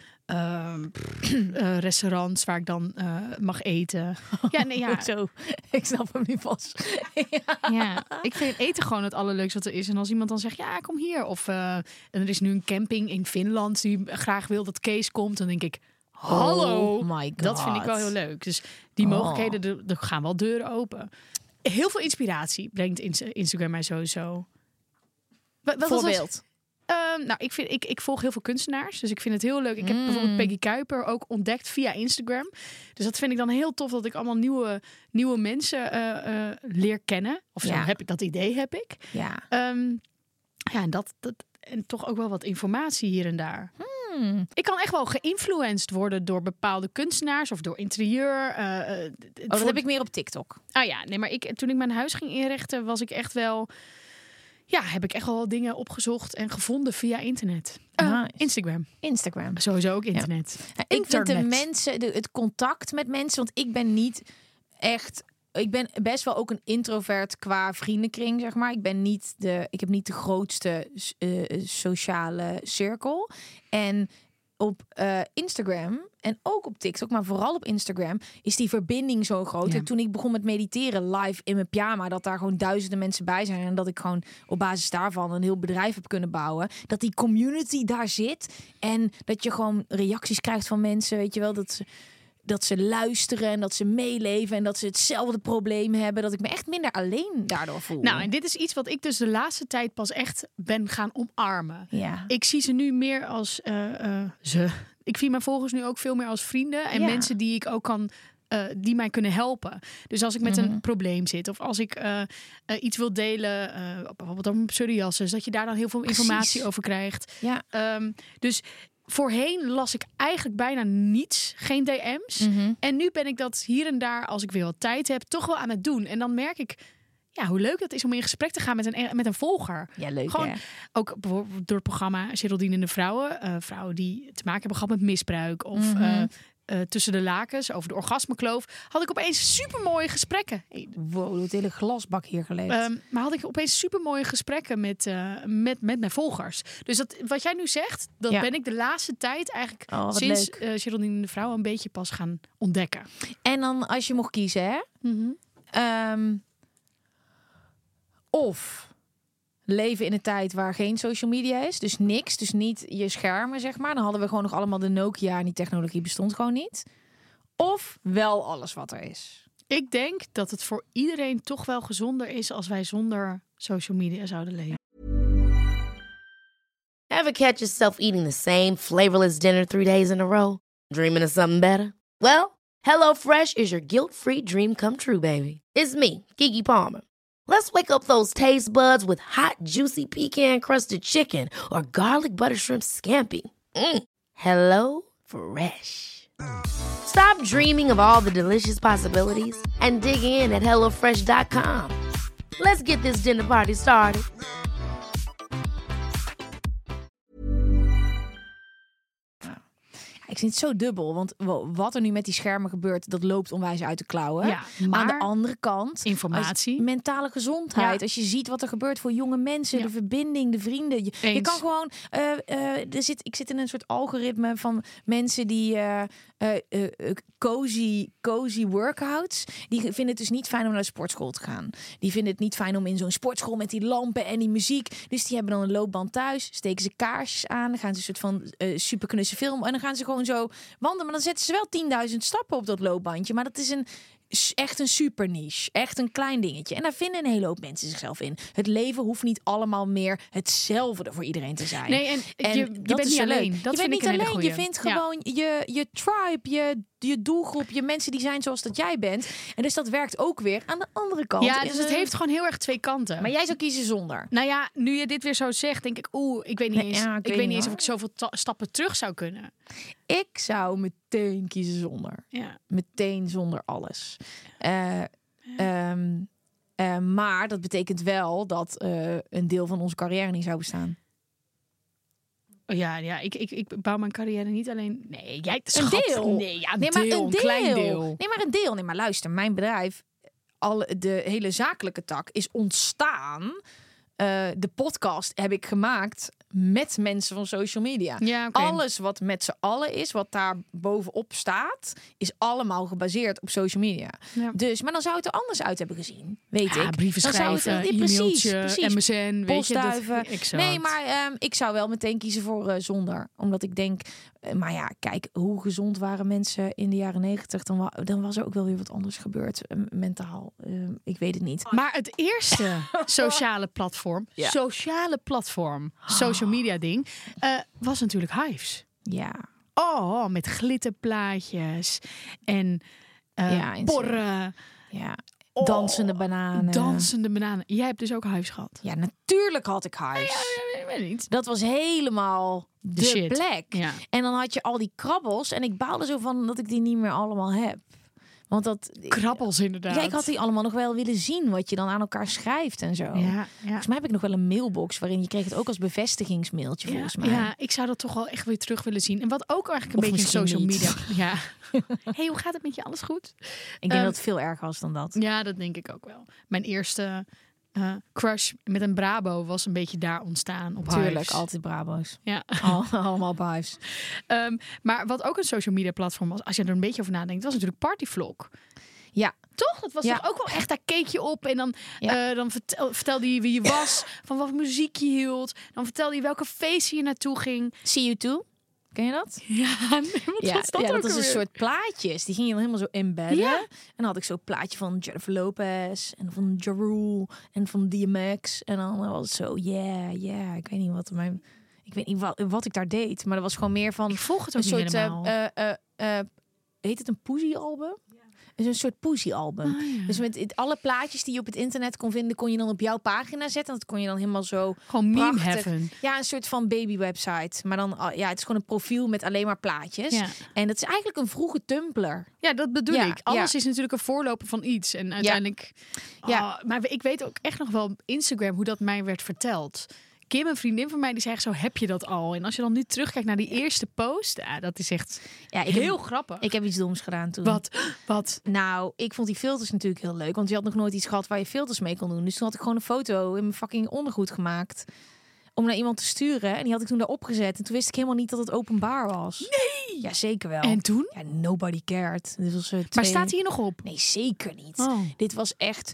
Restaurants waar ik dan mag eten. Zo. Ik snap hem niet vast. Ja, ik vind eten gewoon het allerleukste wat er is. En als iemand dan zegt, ja, kom hier. Of er is nu een camping in Finland die graag wil dat Kees komt. Dan denk ik, hallo. Oh my God. Dat vind ik wel heel leuk. Dus die mogelijkheden, er gaan wel deuren open. Heel veel inspiratie brengt Instagram mij sowieso. Voorbeeld? Ik volg heel veel kunstenaars. Dus ik vind het heel leuk. Ik heb bijvoorbeeld Peggy Kuiper ook ontdekt via Instagram. Dus dat vind ik dan heel tof dat ik allemaal nieuwe mensen leer kennen. Of zo heb ik dat idee, heb ik. Ja. En en toch ook wel wat informatie hier en daar. Ik kan echt wel geïnfluenced worden door bepaalde kunstenaars of door interieur. Dat heb ik meer op TikTok. Maar toen ik mijn huis ging inrichten, was ik echt wel... Ja, heb ik echt wel dingen opgezocht en gevonden via internet. Instagram. Sowieso ook internet. Ja, ik vind de mensen, het contact met mensen, want ik ben niet echt... Ik ben best wel ook een introvert qua vriendenkring, zeg maar. Ik heb niet de grootste sociale cirkel. En op Instagram en ook op TikTok, maar vooral op Instagram, is die verbinding zo groot. Ja. En toen ik begon met mediteren live in mijn pyjama, dat daar gewoon duizenden mensen bij zijn en dat ik gewoon op basis daarvan een heel bedrijf heb kunnen bouwen. Dat die community daar zit en dat je gewoon reacties krijgt van mensen, weet je wel, dat ze luisteren en dat ze meeleven en dat ze hetzelfde probleem hebben. Dat ik me echt minder alleen daardoor voel. Nou, en dit is iets wat ik dus de laatste tijd pas echt ben gaan omarmen. Ja. Ik zie ze nu meer als Ik zie mijn volgers nu ook veel meer als vrienden. En mensen die ik ook kan die mij kunnen helpen. Dus als ik met een probleem zit of als ik iets wil delen, bijvoorbeeld over psoriasis, dat je daar dan heel veel informatie over krijgt. Ja. Dus voorheen las ik eigenlijk bijna niets, geen DM's. En nu ben ik dat hier en daar, als ik weer wat tijd heb, toch wel aan het doen. En dan merk ik hoe leuk het is om in gesprek te gaan met een volger. Ja, leuk. Gewoon, ook bijvoorbeeld door het programma Geraldienende Vrouwen. Vrouwen die te maken hebben gehad met misbruik of tussen de lakens over de orgasmekloof, had ik opeens supermooie gesprekken. Wow, het hele glasbak hier geleefd. Maar had ik opeens supermooie gesprekken met mijn volgers. Dus wat jij nu zegt, dat ben ik de laatste tijd eigenlijk sinds Geraldienende Vrouwen een beetje pas gaan ontdekken. En dan als je mocht kiezen, hè? Of leven in een tijd waar geen social media is. Dus niks. Dus niet je schermen, zeg maar. Dan hadden we gewoon nog allemaal de Nokia en die technologie bestond gewoon niet. Of wel alles wat er is. Ik denk dat het voor iedereen toch wel gezonder is als wij zonder social media zouden leven. Ever catch yourself eating the same flavorless dinner 3 days in a row? Dreaming of something better? Well, HelloFresh is your guilt-free dream come true, baby. It's me, Keke Palmer. Let's wake up those taste buds with hot, juicy pecan-crusted chicken or garlic butter shrimp scampi. Hello Fresh. Stop dreaming of all the delicious possibilities and dig in at HelloFresh.com. Let's get this dinner party started. Ik vind het zo dubbel, want wat er nu met die schermen gebeurt, dat loopt onwijs uit de klauwen. Ja, maar aan de andere kant, informatie, mentale gezondheid. Als je ziet wat er gebeurt voor jonge mensen, de verbinding, de vrienden. Je kan gewoon, ik zit in een soort algoritme van mensen die cozy workouts. Die vinden het dus niet fijn om naar de sportschool te gaan. Die vinden het niet fijn om in zo'n sportschool met die lampen en die muziek. Dus die hebben dan een loopband thuis, steken ze kaarsjes aan, dan gaan ze een soort van super knusse film en dan gaan ze gewoon zo wandelen. Maar dan zetten ze wel 10.000 stappen op dat loopbandje. Maar dat is echt een super niche. Echt een klein dingetje. En daar vinden een hele hoop mensen zichzelf in. Het leven hoeft niet allemaal meer hetzelfde voor iedereen te zijn. Nee, en je bent niet alleen. Dat je bent niet alleen. Je vindt gewoon je tribe, je doelgroep, je mensen die zijn zoals dat jij bent. En dus dat werkt ook weer aan de andere kant. Ja, dus het heeft gewoon heel erg twee kanten. Maar jij zou kiezen zonder. Nou ja, nu je dit weer zo zegt, denk ik, ik weet niet eens. Ik weet niet eens of ik zoveel stappen terug zou kunnen. Ik zou meteen kiezen zonder. Ja. Meteen zonder alles. Maar dat betekent wel dat een deel van onze carrière niet zou bestaan. Ja, ik bouw mijn carrière niet alleen. Nee, jij een deel. Nee, een klein deel. Nee, maar een deel. Nee, maar luister, mijn bedrijf, de hele zakelijke tak is ontstaan. De podcast heb ik gemaakt met mensen van social media. Ja, okay. Alles wat met z'n allen is, wat daar bovenop staat, is allemaal gebaseerd op social media. Ja. Dus, maar dan zou het er anders uit hebben gezien, weet ik. Brieven schrijven, e-mailtje, MSN, postduiven. Weet je, nee, maar ik zou wel meteen kiezen voor zonder. Omdat ik denk, maar ja, kijk, hoe gezond waren mensen in de jaren 90? Dan was er ook wel weer wat anders gebeurd, mentaal. Ik weet het niet. Maar het eerste sociale platform, social media ding, was natuurlijk Hives. Ja. Oh, met glitterplaatjes en porren. Ja. Dansende bananen. Dansende bananen. Jij hebt dus ook Hives gehad. Ja, natuurlijk had ik Hives. Ja, ik weet niet. Dat was helemaal de plek. Ja. En dan had je al die krabbels. En ik baalde zo van dat ik die niet meer allemaal heb. Want dat krabbels inderdaad. Ja, ik had die allemaal nog wel willen zien wat je dan aan elkaar schrijft en zo. Ja. Volgens mij heb ik nog wel een mailbox waarin je kreeg het ook als bevestigingsmailtje volgens mij. Ja, ik zou dat toch wel echt weer terug willen zien. En wat ook eigenlijk een beetje social media. Ja. Hey, hoe gaat het met je? Alles goed? Ik denk dat het veel erger was dan dat. Ja, dat denk ik ook wel. Mijn eerste crush met een Brabo was een beetje daar ontstaan op Tuurlijk, Hives. Altijd Brabo's. Ja. Allemaal op Hives. Maar wat ook een social media platform was, als je er een beetje over nadenkt, was natuurlijk Partyvlog. Ja. Toch? Dat was toch ook wel echt, daar keek je op en dan vertelde je wie je was, van wat muziek je hield. Dan vertelde je welke feestje je naartoe ging. See You Too. Ken je dat? Ja, dat is een soort plaatjes. Die ging je dan helemaal zo inbedden. Ja. En dan had ik zo'n plaatje van Jennifer Lopez en van Ja Rule en van DMX. En dan was het zo, ik weet niet wat ik daar deed. Maar dat was gewoon meer van ik volg het ook een niet soort, heet het een Poesie-album? een soort poesie-album. Dus met alle plaatjes die je op het internet kon vinden, kon je dan op jouw pagina zetten. Dat kon je dan helemaal zo gewoon meme heaven. Ja, een soort van baby-website. Maar dan, het is gewoon een profiel met alleen maar plaatjes. Ja. En dat is eigenlijk een vroege Tumblr. Ja, dat bedoel ik. Alles is natuurlijk een voorloper van iets. En uiteindelijk... maar ik weet ook echt nog wel op Instagram hoe dat mij werd verteld. Kim, een vriendin van mij, die zei echt zo, heb je dat al? En als je dan nu terugkijkt naar die eerste post, dat is echt heel grappig. Ik heb iets doms gedaan toen. Wat? Nou, ik vond die filters natuurlijk heel leuk, want je had nog nooit iets gehad waar je filters mee kon doen. Dus toen had ik gewoon een foto in mijn fucking ondergoed gemaakt om naar iemand te sturen. En die had ik toen daar opgezet. En toen wist ik helemaal niet dat het openbaar was. Nee! Ja, zeker wel. En toen? Ja, nobody cared. Dit was, Maar staat hier nog op? Nee, zeker niet. Dit was echt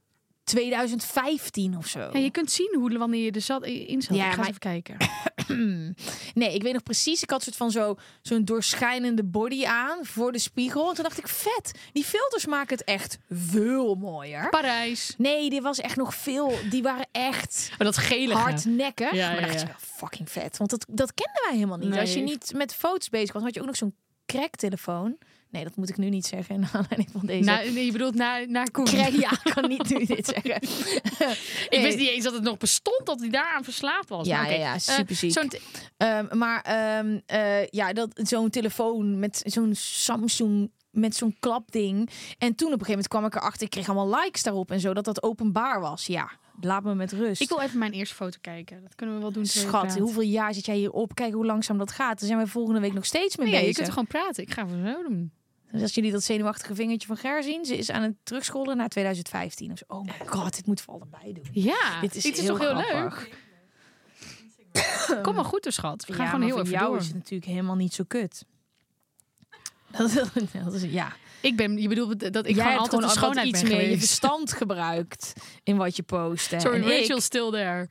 2015 of zo. Ja, je kunt zien wanneer je er in zat. Ja, ik ga eens even kijken. Nee, ik weet nog precies. Ik had soort van zo'n doorschijnende body aan voor de spiegel. En toen dacht ik, vet. Die filters maken het echt veel mooier. Parijs. Nee, die was echt nog veel. Die waren echt dat gelige. hardnekkig. Maar dacht je, fucking vet. Want dat kenden wij helemaal niet. Nee. Als je niet met foto's bezig was, had je ook nog zo'n crack-telefoon. Nee, dat moet ik nu niet zeggen. Naar aanleiding van deze. Nee, je bedoelt naar Koen. Ja, ik kan niet nu dit zeggen. Ik wist niet eens dat het nog bestond, dat hij daaraan verslaafd was. Ja, super ziek. Zo'n telefoon met zo'n Samsung met zo'n klapding. En toen op een gegeven moment kwam ik erachter, ik kreeg allemaal likes daarop en zo, dat openbaar was. Ja, laat me met rust. Ik wil even mijn eerste foto kijken. Dat kunnen we wel doen. Schat, hoeveel jaar zit jij hier op? Kijk hoe langzaam dat gaat. Dan zijn we volgende week nog steeds mee bezig. Je kunt gewoon praten. Ik ga het zo doen. Dus als jullie dat zenuwachtige vingertje van Ger zien, ze is aan het terugscrollen naar 2015. Of zo. Oh my god, dit moeten we allebei doen. Ja, dit is toch heel grappig. Leuk. Kom maar goed, dus schat. We gaan gewoon heel even jou door. Is het natuurlijk helemaal niet zo kut. Dat is, ja. Je bedoelt dat ik jij gewoon altijd gewoon schoonheid iets ben meer geweest. Je verstand gebruikt in wat je post. Sorry, Rachel still there.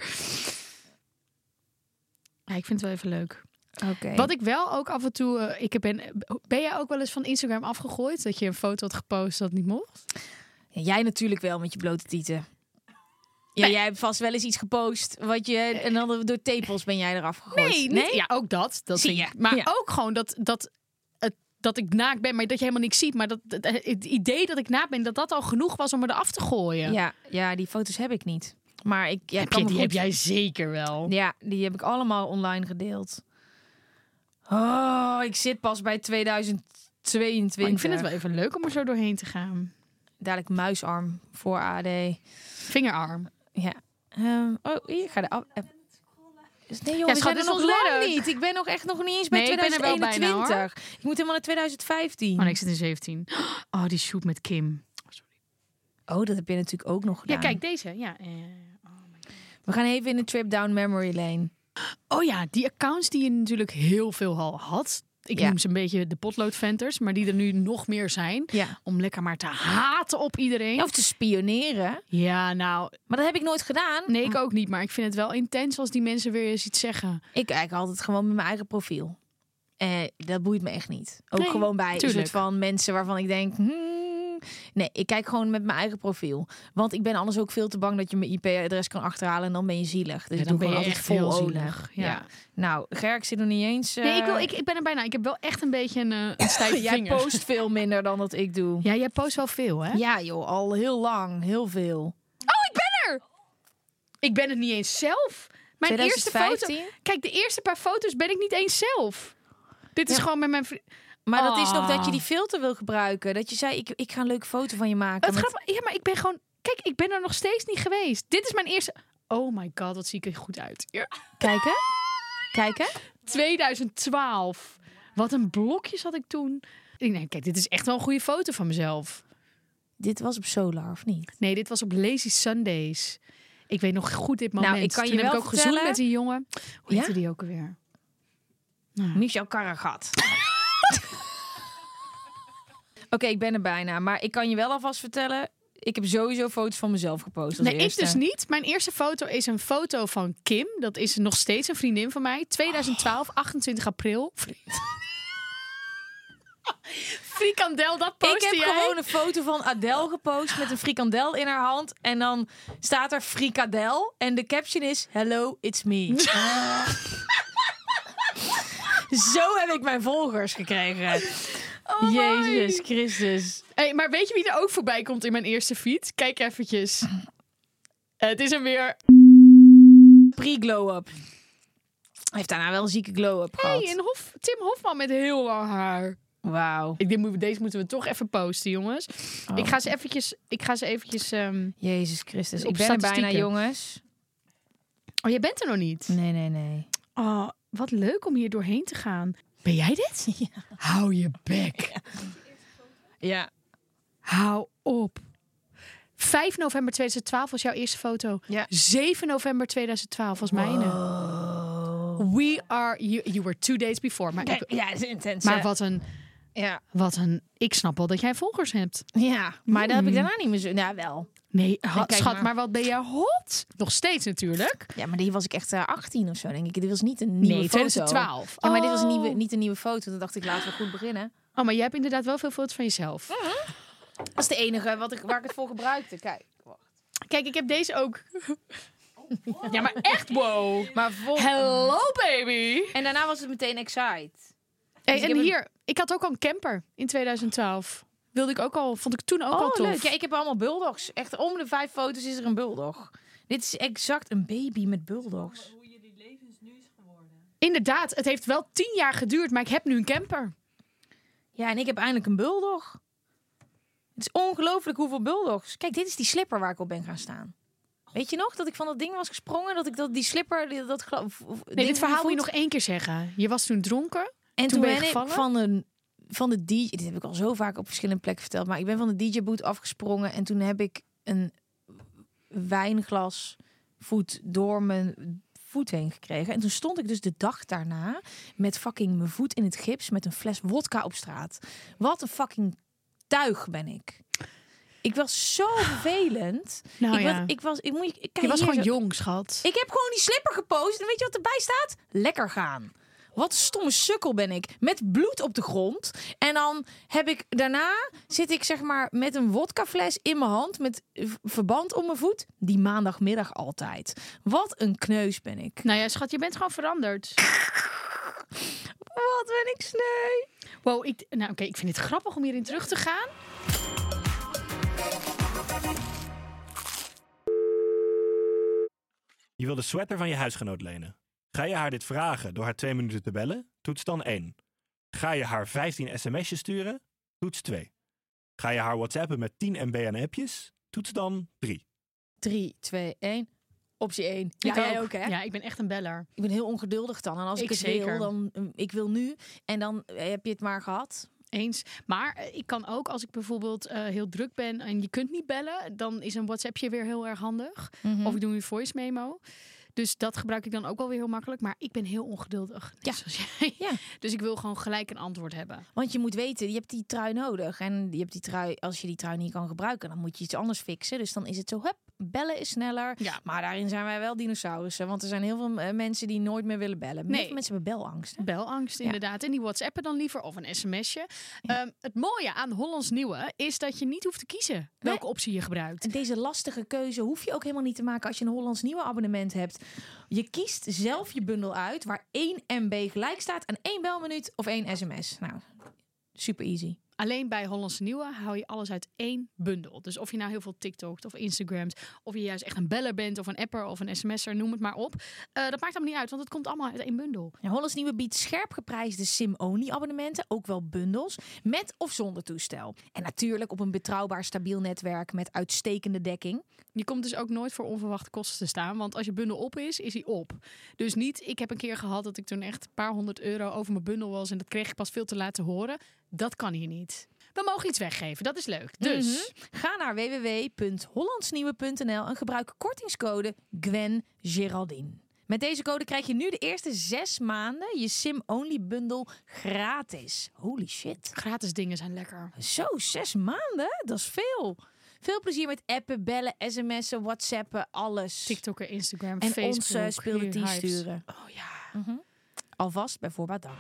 Ja, ik vind het wel even leuk. Okay. Wat ik wel ook af en toe... ben jij ook wel eens van Instagram afgegooid? Dat je een foto had gepost dat niet mocht? Ja, jij natuurlijk wel met je blote tieten. Ja, nee. Jij hebt vast wel eens iets gepost en dan door tepels ben jij eraf gegooid. Nee? Ja, ook dat zie je. Maar ook gewoon dat ik naakt ben, maar dat je helemaal niks ziet. Maar het idee dat ik naakt ben, dat al genoeg was om me eraf te gooien. Ja, die foto's heb ik niet. Maar die heb jij zeker wel. Ja, die heb ik allemaal online gedeeld. Oh, ik zit pas bij 2022. Maar ik vind het wel even leuk om er zo doorheen te gaan. Dadelijk muisarm voor AD. Vingerarm. Ja. Hier ga de app. Nee joh, we zijn er nog lang niet. Ik ben nog niet eens bij 2021. Ik ben er wel bijna, ik moet helemaal naar 2015. Nee, ik zit in 17. Oh, die shoot met Kim. Oh, dat heb je natuurlijk ook nog gedaan. Ja, kijk, deze. Ja. We gaan even in de trip down memory lane. Oh ja, die accounts die je natuurlijk heel veel al had. Ik noem ze een beetje de potloodventers, maar die er nu nog meer zijn. Ja. Om lekker maar te haten op iedereen. Of te spioneren. Ja, nou. Maar dat heb ik nooit gedaan. Nee, ik ook niet. Maar ik vind het wel intens als die mensen weer eens iets zeggen. Ik kijk altijd gewoon met mijn eigen profiel. Dat boeit me echt niet. Ook gewoon bij een soort van mensen waarvan ik denk... Nee, ik kijk gewoon met mijn eigen profiel. Want ik ben anders ook veel te bang dat je mijn IP-adres kan achterhalen en dan ben je zielig. Dus dan ben je echt veel zielig. Ja. Nou, Gerk zit nog niet eens... Nee, ik ben er bijna. Ik heb wel echt een beetje een stijve vinger. Jij post veel minder dan dat ik doe. Ja, jij post wel veel, hè? Ja, joh, al heel lang. Heel veel. Oh, ik ben er! Ik ben het niet eens zelf. Mijn 2015? eerste foto... Kijk, de eerste paar foto's ben ik niet eens zelf. Dit is gewoon met mijn vriend... Maar dat is nog dat je die filter wil gebruiken. Dat je zei, ik ga een leuke foto van je maken. Ja, maar ik ben gewoon... Kijk, ik ben er nog steeds niet geweest. Dit is mijn eerste... Oh my god, wat zie ik er goed uit. Ja. Kijken. 2012. Wat een blokjes had ik toen. Nee, kijk, dit is echt wel een goede foto van mezelf. Dit was op Solar, of niet? Nee, dit was op Lazy Sundays. Ik weet nog goed dit moment. Nou, ik kan je toen wel heb ik ook gezoend met die jongen. Hoe heette die ook alweer? Nou. Michel Karagat. Oké, ik ben er bijna. Maar ik kan je wel alvast vertellen... Ik heb sowieso foto's van mezelf gepost. Nee, ik dus niet. Mijn eerste foto is een foto van Kim. Dat is nog steeds een vriendin van mij. 2012, 28 april. Frikandel, dat postte Ik heb gewoon een foto van Adele gepost met een frikandel in haar hand. En dan staat er frikadel. En de caption is... Hello, it's me. Zo heb ik mijn volgers gekregen. Oh Jezus Christus. Hey, maar weet je wie er ook voorbij komt in mijn eerste feed? Kijk eventjes. Het is hem weer. Pre-glow-up. Hij heeft daarna wel een zieke glow-up gehad. Hey, Tim Hofman met heel lang haar. Wauw. Ik denk, deze moeten we toch even posten, jongens. Oh. Ik ga ze eventjes... Jezus Christus. Ik ben er bijna, jongens. Oh, jij bent er nog niet? Nee. Oh, wat leuk om hier doorheen te gaan. Ben jij dit? Ja. Hou je bek. Ja. Hou op. 5 november 2012 was jouw eerste foto. Ja. 7 november 2012 was mijne. We are... You were 2 days before. Maar ja, dat is intens. Maar wat een... Ik snap wel dat jij volgers hebt. Ja, maar dat heb ik daarna niet meer zo... Ja, wel. Nee, schat, maar wat ben je hot? Nog steeds natuurlijk. Ja, maar die was ik echt 18 of zo, denk ik. Dit was niet een nieuwe foto. 2012. Ja, maar dit was niet een nieuwe foto. Dan dacht ik, laten we goed beginnen. Oh, maar jij hebt inderdaad wel veel foto's van jezelf. Dat is de enige waar ik het voor gebruikte. Kijk, ik heb deze ook... Ja, maar echt wow. Maar hello, baby. En daarna was het meteen Excite. Hey, dus en hier, ik had ook al een camper in 2012. Vond ik toen ook al tof. Leuk. Ja, ik heb allemaal bulldogs. Echt om de 5 foto's is er een bulldog. Dit is exact een baby met bulldogs. Hoe je die levens nu is geworden. Inderdaad, het heeft wel 10 jaar geduurd, maar ik heb nu een camper. Ja, en ik heb eindelijk een bulldog. Het is ongelooflijk hoeveel bulldogs. Kijk, dit is die slipper waar ik op ben gaan staan. Weet je nog dat ik van dat ding was gesprongen? Die slipper... Dit verhaal moet je nog 1 keer zeggen. Je was toen dronken. En toen ben ik van de DJ... Dit heb ik al zo vaak op verschillende plekken verteld. Maar ik ben van de DJ-boot afgesprongen. En toen heb ik een wijnglas voet door mijn voet heen gekregen. En toen stond ik dus de dag daarna met fucking mijn voet in het gips met een fles wodka op straat. Wat een fucking tuig ben ik. Ik was zo vervelend. Nou, je was gewoon jong, schat. Ik heb gewoon die slipper gepost. En weet je wat erbij staat? Lekker gaan. Wat een stomme sukkel ben ik. Met bloed op de grond. En dan zit ik zeg maar met een wodkafles in mijn hand. Met verband om mijn voet. Die maandagmiddag altijd. Wat een kneus ben ik. Nou ja, schat, je bent gewoon veranderd. Wat ben ik sneu. Wow, ik vind het grappig om hierin terug te gaan. Je wil de sweater van je huisgenoot lenen. Ga je haar dit vragen door haar 2 minuten te bellen? Toets dan 1. Ga je haar 15 sms'jes sturen? Toets 2. Ga je haar whatsappen met 10 MB aan appjes? Toets dan 3. 3, 2, 1. Optie 1. Ja, jij ook, hè? Ja, ik ben echt een beller. Ik ben heel ongeduldig dan. En als ik het wil, dan... Ik wil nu. En dan heb je het maar gehad. Eens. Maar ik kan ook, als ik bijvoorbeeld heel druk ben en je kunt niet bellen, dan is een WhatsAppje weer heel erg handig. Mm-hmm. Of ik doe een voice memo. Dus dat gebruik ik dan ook wel weer heel makkelijk. Maar ik ben heel ongeduldig. Ja. Zoals jij. Ja. Dus ik wil gewoon gelijk een antwoord hebben. Want je moet weten, je hebt die trui nodig. En je hebt die trui, als je die trui niet kan gebruiken, dan moet je iets anders fixen. Dus dan is het zo, bellen is sneller. Ja. Maar daarin zijn wij wel dinosaurussen. Want er zijn heel veel mensen die nooit meer willen bellen. Nee. Veel mensen hebben belangst. Hè? Belangst, inderdaad. En die WhatsAppen dan liever of een sms'je. Ja. Het mooie aan Hollands Nieuwe is dat je niet hoeft te kiezen welke optie je gebruikt. En deze lastige keuze hoef je ook helemaal niet te maken als je een Hollands Nieuwe abonnement hebt. Je kiest zelf je bundel uit waar 1 MB gelijk staat aan 1 belminuut of 1 sms. Nou, super easy. Alleen bij Hollandse Nieuwe hou je alles uit 1 bundel. Dus of je nou heel veel TikTokt of Instagrams, of je juist echt een beller bent of een apper of een sms'er, noem het maar op. Dat maakt allemaal niet uit, want het komt allemaal uit 1 bundel. Ja, Hollands Nieuwe biedt scherp geprijsde SIM-only abonnementen, ook wel bundels, met of zonder toestel. En natuurlijk op een betrouwbaar stabiel netwerk met uitstekende dekking. Je komt dus ook nooit voor onverwachte kosten te staan, want als je bundel op is hij op. Dus niet, ik heb een keer gehad dat ik toen echt een paar €100 over mijn bundel was en dat kreeg ik pas veel te laat te horen. Dat kan hier niet. We mogen iets weggeven, dat is leuk. Dus ga naar www.hollandsnieuwe.nl en gebruik kortingscode Gwen Geraldine. Met deze code krijg je nu de eerste 6 maanden je SIM-only bundel gratis. Holy shit. Gratis dingen zijn lekker. Zo, 6 maanden? Dat is veel. Veel plezier met appen, bellen, sms'en, whatsappen, alles. TikTokken, Instagram, en Facebook. En ons speelde die sturen. Oh ja. Alvast bij voorbaat dank.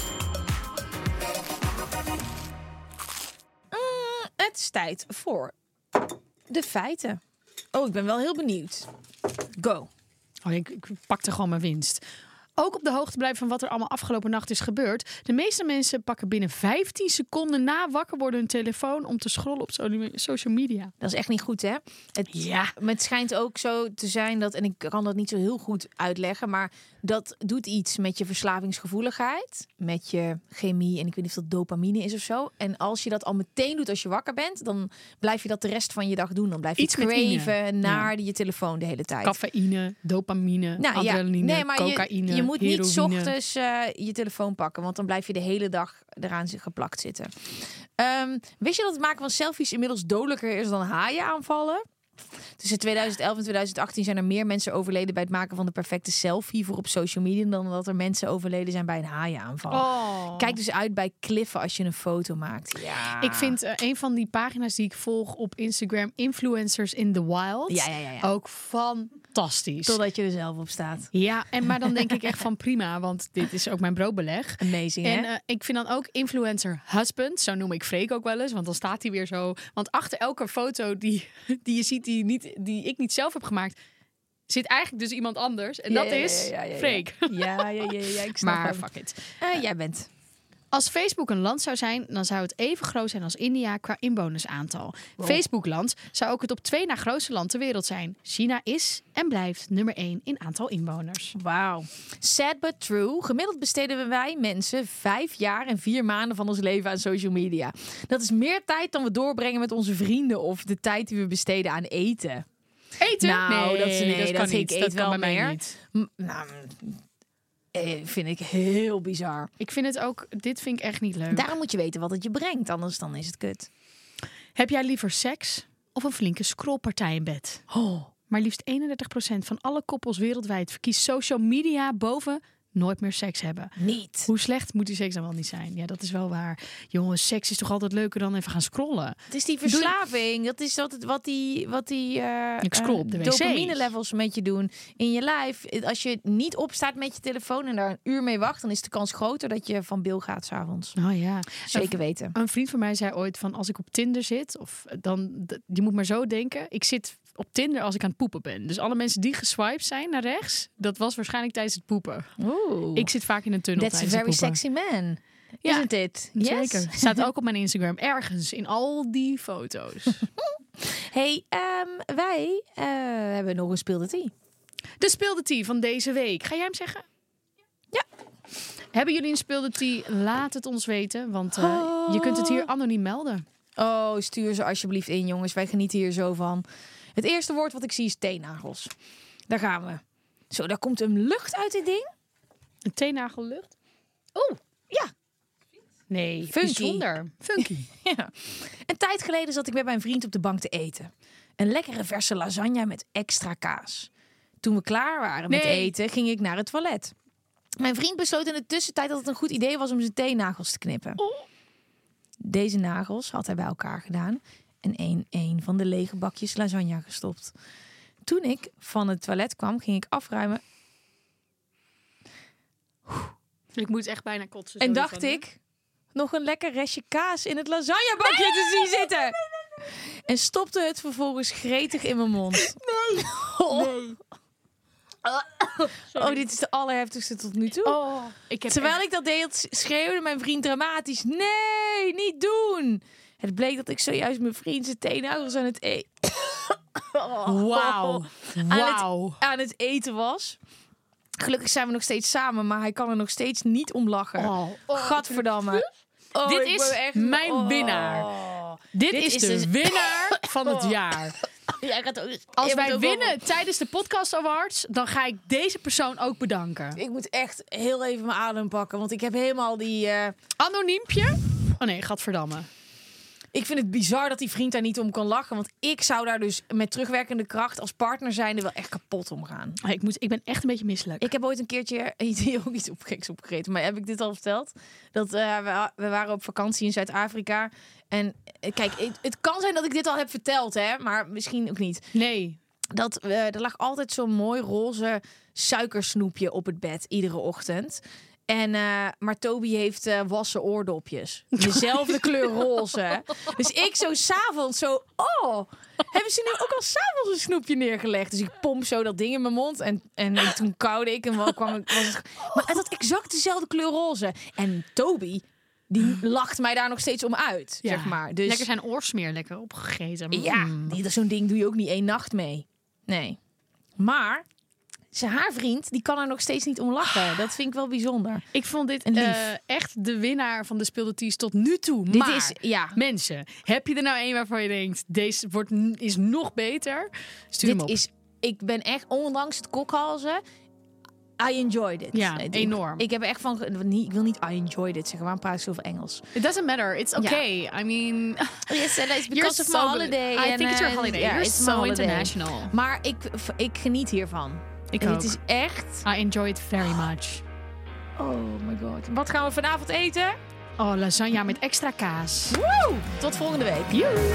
Het is tijd voor de feiten. Oh, ik ben wel heel benieuwd. Go. Oh, ik pakte gewoon mijn winst. ook op de hoogte blijven van wat er allemaal afgelopen nacht is gebeurd. De meeste mensen pakken binnen 15 seconden na wakker worden hun telefoon om te scrollen op social media. Dat is echt niet goed, hè? Het schijnt ook zo te zijn dat, en ik kan dat niet zo heel goed uitleggen, maar dat doet iets met je verslavingsgevoeligheid, met je chemie en ik weet niet of dat dopamine is of zo. En als je dat al meteen doet als je wakker bent, dan blijf je dat de rest van je dag doen. Dan blijf je craven naar je telefoon de hele tijd. Cafeïne, dopamine, adrenaline, cocaïne, je moet heroïne. niet 's ochtends je telefoon pakken, want dan blijf je de hele dag eraan geplakt zitten. Wist je dat het maken van selfies inmiddels dodelijker is dan haaienaanvallen? Tussen 2011 en 2018 zijn er meer mensen overleden bij het maken van de perfecte selfie voor op social media dan dat er mensen overleden zijn bij een haaienaanval. Kijk dus uit bij kliffen als je een foto maakt. Ja. Ik vind een van die pagina's die ik volg op Instagram, Influencers in the Wild, ook fantastisch. Totdat je er zelf op staat. Ja, maar dan denk ik echt van prima, want dit is ook mijn broodbeleg. Amazing, en ik vind dan ook influencer husband, zo noem ik Freek ook wel eens, want dan staat hij weer zo. Want achter elke foto die je ziet die ik niet zelf heb gemaakt, zit eigenlijk dus iemand anders. En dat is Freek. Ja, ik snap maar hem. fuck it. Jij bent. Als Facebook een land zou zijn, dan zou het even groot zijn als India qua inwonersaantal. Facebook-land zou ook het op 2 na grootste land ter wereld zijn. China is en blijft nummer 1 in aantal inwoners. Wauw. Sad but true. Gemiddeld besteden wij mensen 5 jaar en 4 maanden van ons leven aan social media. Dat is meer tijd dan we doorbrengen met onze vrienden of de tijd die we besteden aan eten. Eten? Nou, nee, dat kan niet. Ik eet Dat wel kan bij mij meer. niet. Vind ik heel bizar. Ik vind het ook, dit vind ik echt niet leuk. Daarom moet je weten wat het je brengt, anders dan is het kut. Heb jij liever seks of een flinke scrollpartij in bed? Maar liefst 31% van alle koppels wereldwijd verkiest social media boven nooit meer seks hebben. Niet. Hoe slecht moet die seks dan wel niet zijn? Ja, dat is wel waar. Jongens, seks is toch altijd leuker dan even gaan scrollen? Het is die verslaving. Dat is wat die ik scroll op de wc. Dopamine levels met je doen in je lijf. Als je niet opstaat met je telefoon en daar een uur mee wacht, dan is de kans groter dat je van bil gaat 's avonds. Oh ja. Zeker weten. Een vriend van mij zei ooit van als ik op Tinder zit, of dan, je moet maar zo denken, ik zit op Tinder als ik aan het poepen ben. Dus alle mensen die geswiped zijn naar rechts, dat was waarschijnlijk tijdens het poepen. Ik zit vaak in een tunnel That's a tijdens very het poepen. sexy man. Ja, Isn't it? Zeker. Yes. Staat ook op mijn Instagram. Ergens in al die foto's. Hey, wij hebben nog een speelde tea. De speelde tea van deze week. Ga jij hem zeggen? Ja. Hebben jullie een speelde tea? Laat het ons weten. Want je kunt het hier anoniem melden. Oh, stuur ze alsjeblieft in, jongens. Wij genieten hier zo van. Het eerste woord wat ik zie is teennagels. Daar gaan we. Zo, daar komt een lucht uit dit ding. Een teennagellucht? Oh, ja. Nee, funky. Bijzonder. Funky. Ja. Een tijd geleden zat ik met mijn vriend op de bank te eten. Een lekkere verse lasagne met extra kaas. Toen we klaar waren met eten, ging ik naar het toilet. Mijn vriend besloot in de tussentijd dat het een goed idee was om zijn teennagels te knippen. Deze nagels had hij bij elkaar gedaan en een van de lege bakjes lasagne gestopt. Toen ik van het toilet kwam, ging ik afruimen. Ik moet echt bijna kotsen. En dacht ik, nog een lekker restje kaas in het lasagnebakje te zien zitten. En stopte het vervolgens gretig in mijn mond. Nee. Oh, dit is de allerheftigste tot nu toe. Terwijl ik dat deed, schreeuwde mijn vriend dramatisch. Nee, niet doen. Het bleek dat ik zojuist mijn vriend zijn teennagels aan het eten. Wauw. Aan het eten was. Gelukkig zijn we nog steeds samen, maar hij kan er nog steeds niet om lachen. Gadverdamme. Dit is echt mijn winnaar. Dit is de winnaar van het jaar. Als wij winnen tijdens de Podcast Awards, dan ga ik deze persoon ook bedanken. Ik moet echt heel even mijn adem pakken, want ik heb helemaal die... Anoniempje? Oh nee, gadverdamme. Ik vind het bizar dat die vriend daar niet om kan lachen. Want ik zou daar dus met terugwerkende kracht als partner zijnde wel echt kapot om gaan. Ik ben echt een beetje misselijk. Ik heb ooit een keertje ook iets geks opgegeten. Maar heb ik dit al verteld? Dat we waren op vakantie in Zuid-Afrika. En kijk, het kan zijn dat ik dit al heb verteld, hè? Maar misschien ook niet. Nee. Er lag altijd zo'n mooi roze suikersnoepje op het bed iedere ochtend. Maar Toby heeft wassen oordopjes. Dezelfde kleur roze. Dus ik zo 's avonds zo... Oh, hebben ze nu ook al 's avonds een snoepje neergelegd. Dus ik pomp zo dat ding in mijn mond. En toen kauwde ik en maar het had exact dezelfde kleur roze. En Toby, die lacht mij daar nog steeds om uit, zeg maar. Dus, lekker zijn oorsmeer lekker opgegeten. Ja, zo'n ding doe je ook niet 1 nacht mee. Nee. Maar haar vriend, die kan er nog steeds niet om lachen. Dat vind ik wel bijzonder. Ik vond dit echt de winnaar van de Speeldeties tot nu toe. Dit maar, is, mensen, heb je er nou één waarvan je denkt, deze is nog beter? Stuur hem op. Ik ben echt, ondanks het kokhalzen, I enjoyed it. Ja, enorm. Ik heb er echt van... Ik wil niet I enjoyed it zeggen. Waarom praat ik zoveel Engels? It doesn't matter. It's okay. Yeah. I mean... Yes, it's because of my holiday. I think it's your holiday. You're so international. Maar ik geniet hiervan. Ik ook. Het is echt... I enjoy it very much. Oh my god. Wat gaan we vanavond eten? Oh, lasagne met extra kaas. Woe! Tot volgende week. Joe!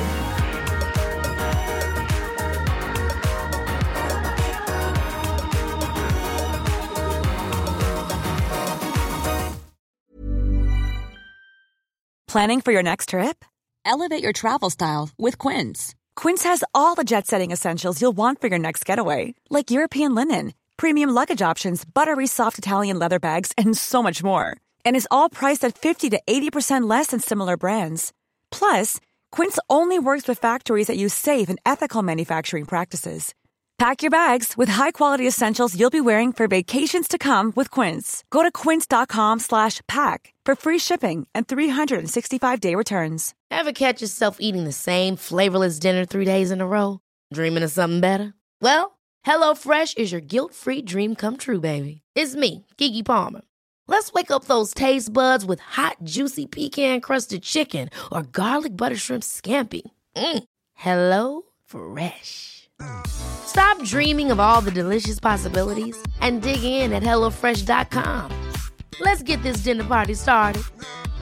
Planning for your next trip? Elevate your travel style with Quince. Quince has all the jet-setting essentials you'll want for your next getaway, like European linen, premium luggage options, buttery soft Italian leather bags, and so much more. And is all priced at 50 to 80% less than similar brands. Plus, Quince only works with factories that use safe and ethical manufacturing practices. Pack your bags with high-quality essentials you'll be wearing for vacations to come with Quince. Go to quince.com/pack for free shipping and 365-day returns. Ever catch yourself eating the same flavorless dinner 3 days in a row? Dreaming of something better? Well, HelloFresh is your guilt-free dream come true, baby. It's me, Keke Palmer. Let's wake up those taste buds with hot, juicy pecan-crusted chicken or garlic butter shrimp scampi. Hello Fresh. Stop dreaming of all the delicious possibilities and dig in at HelloFresh.com. Let's get this dinner party started.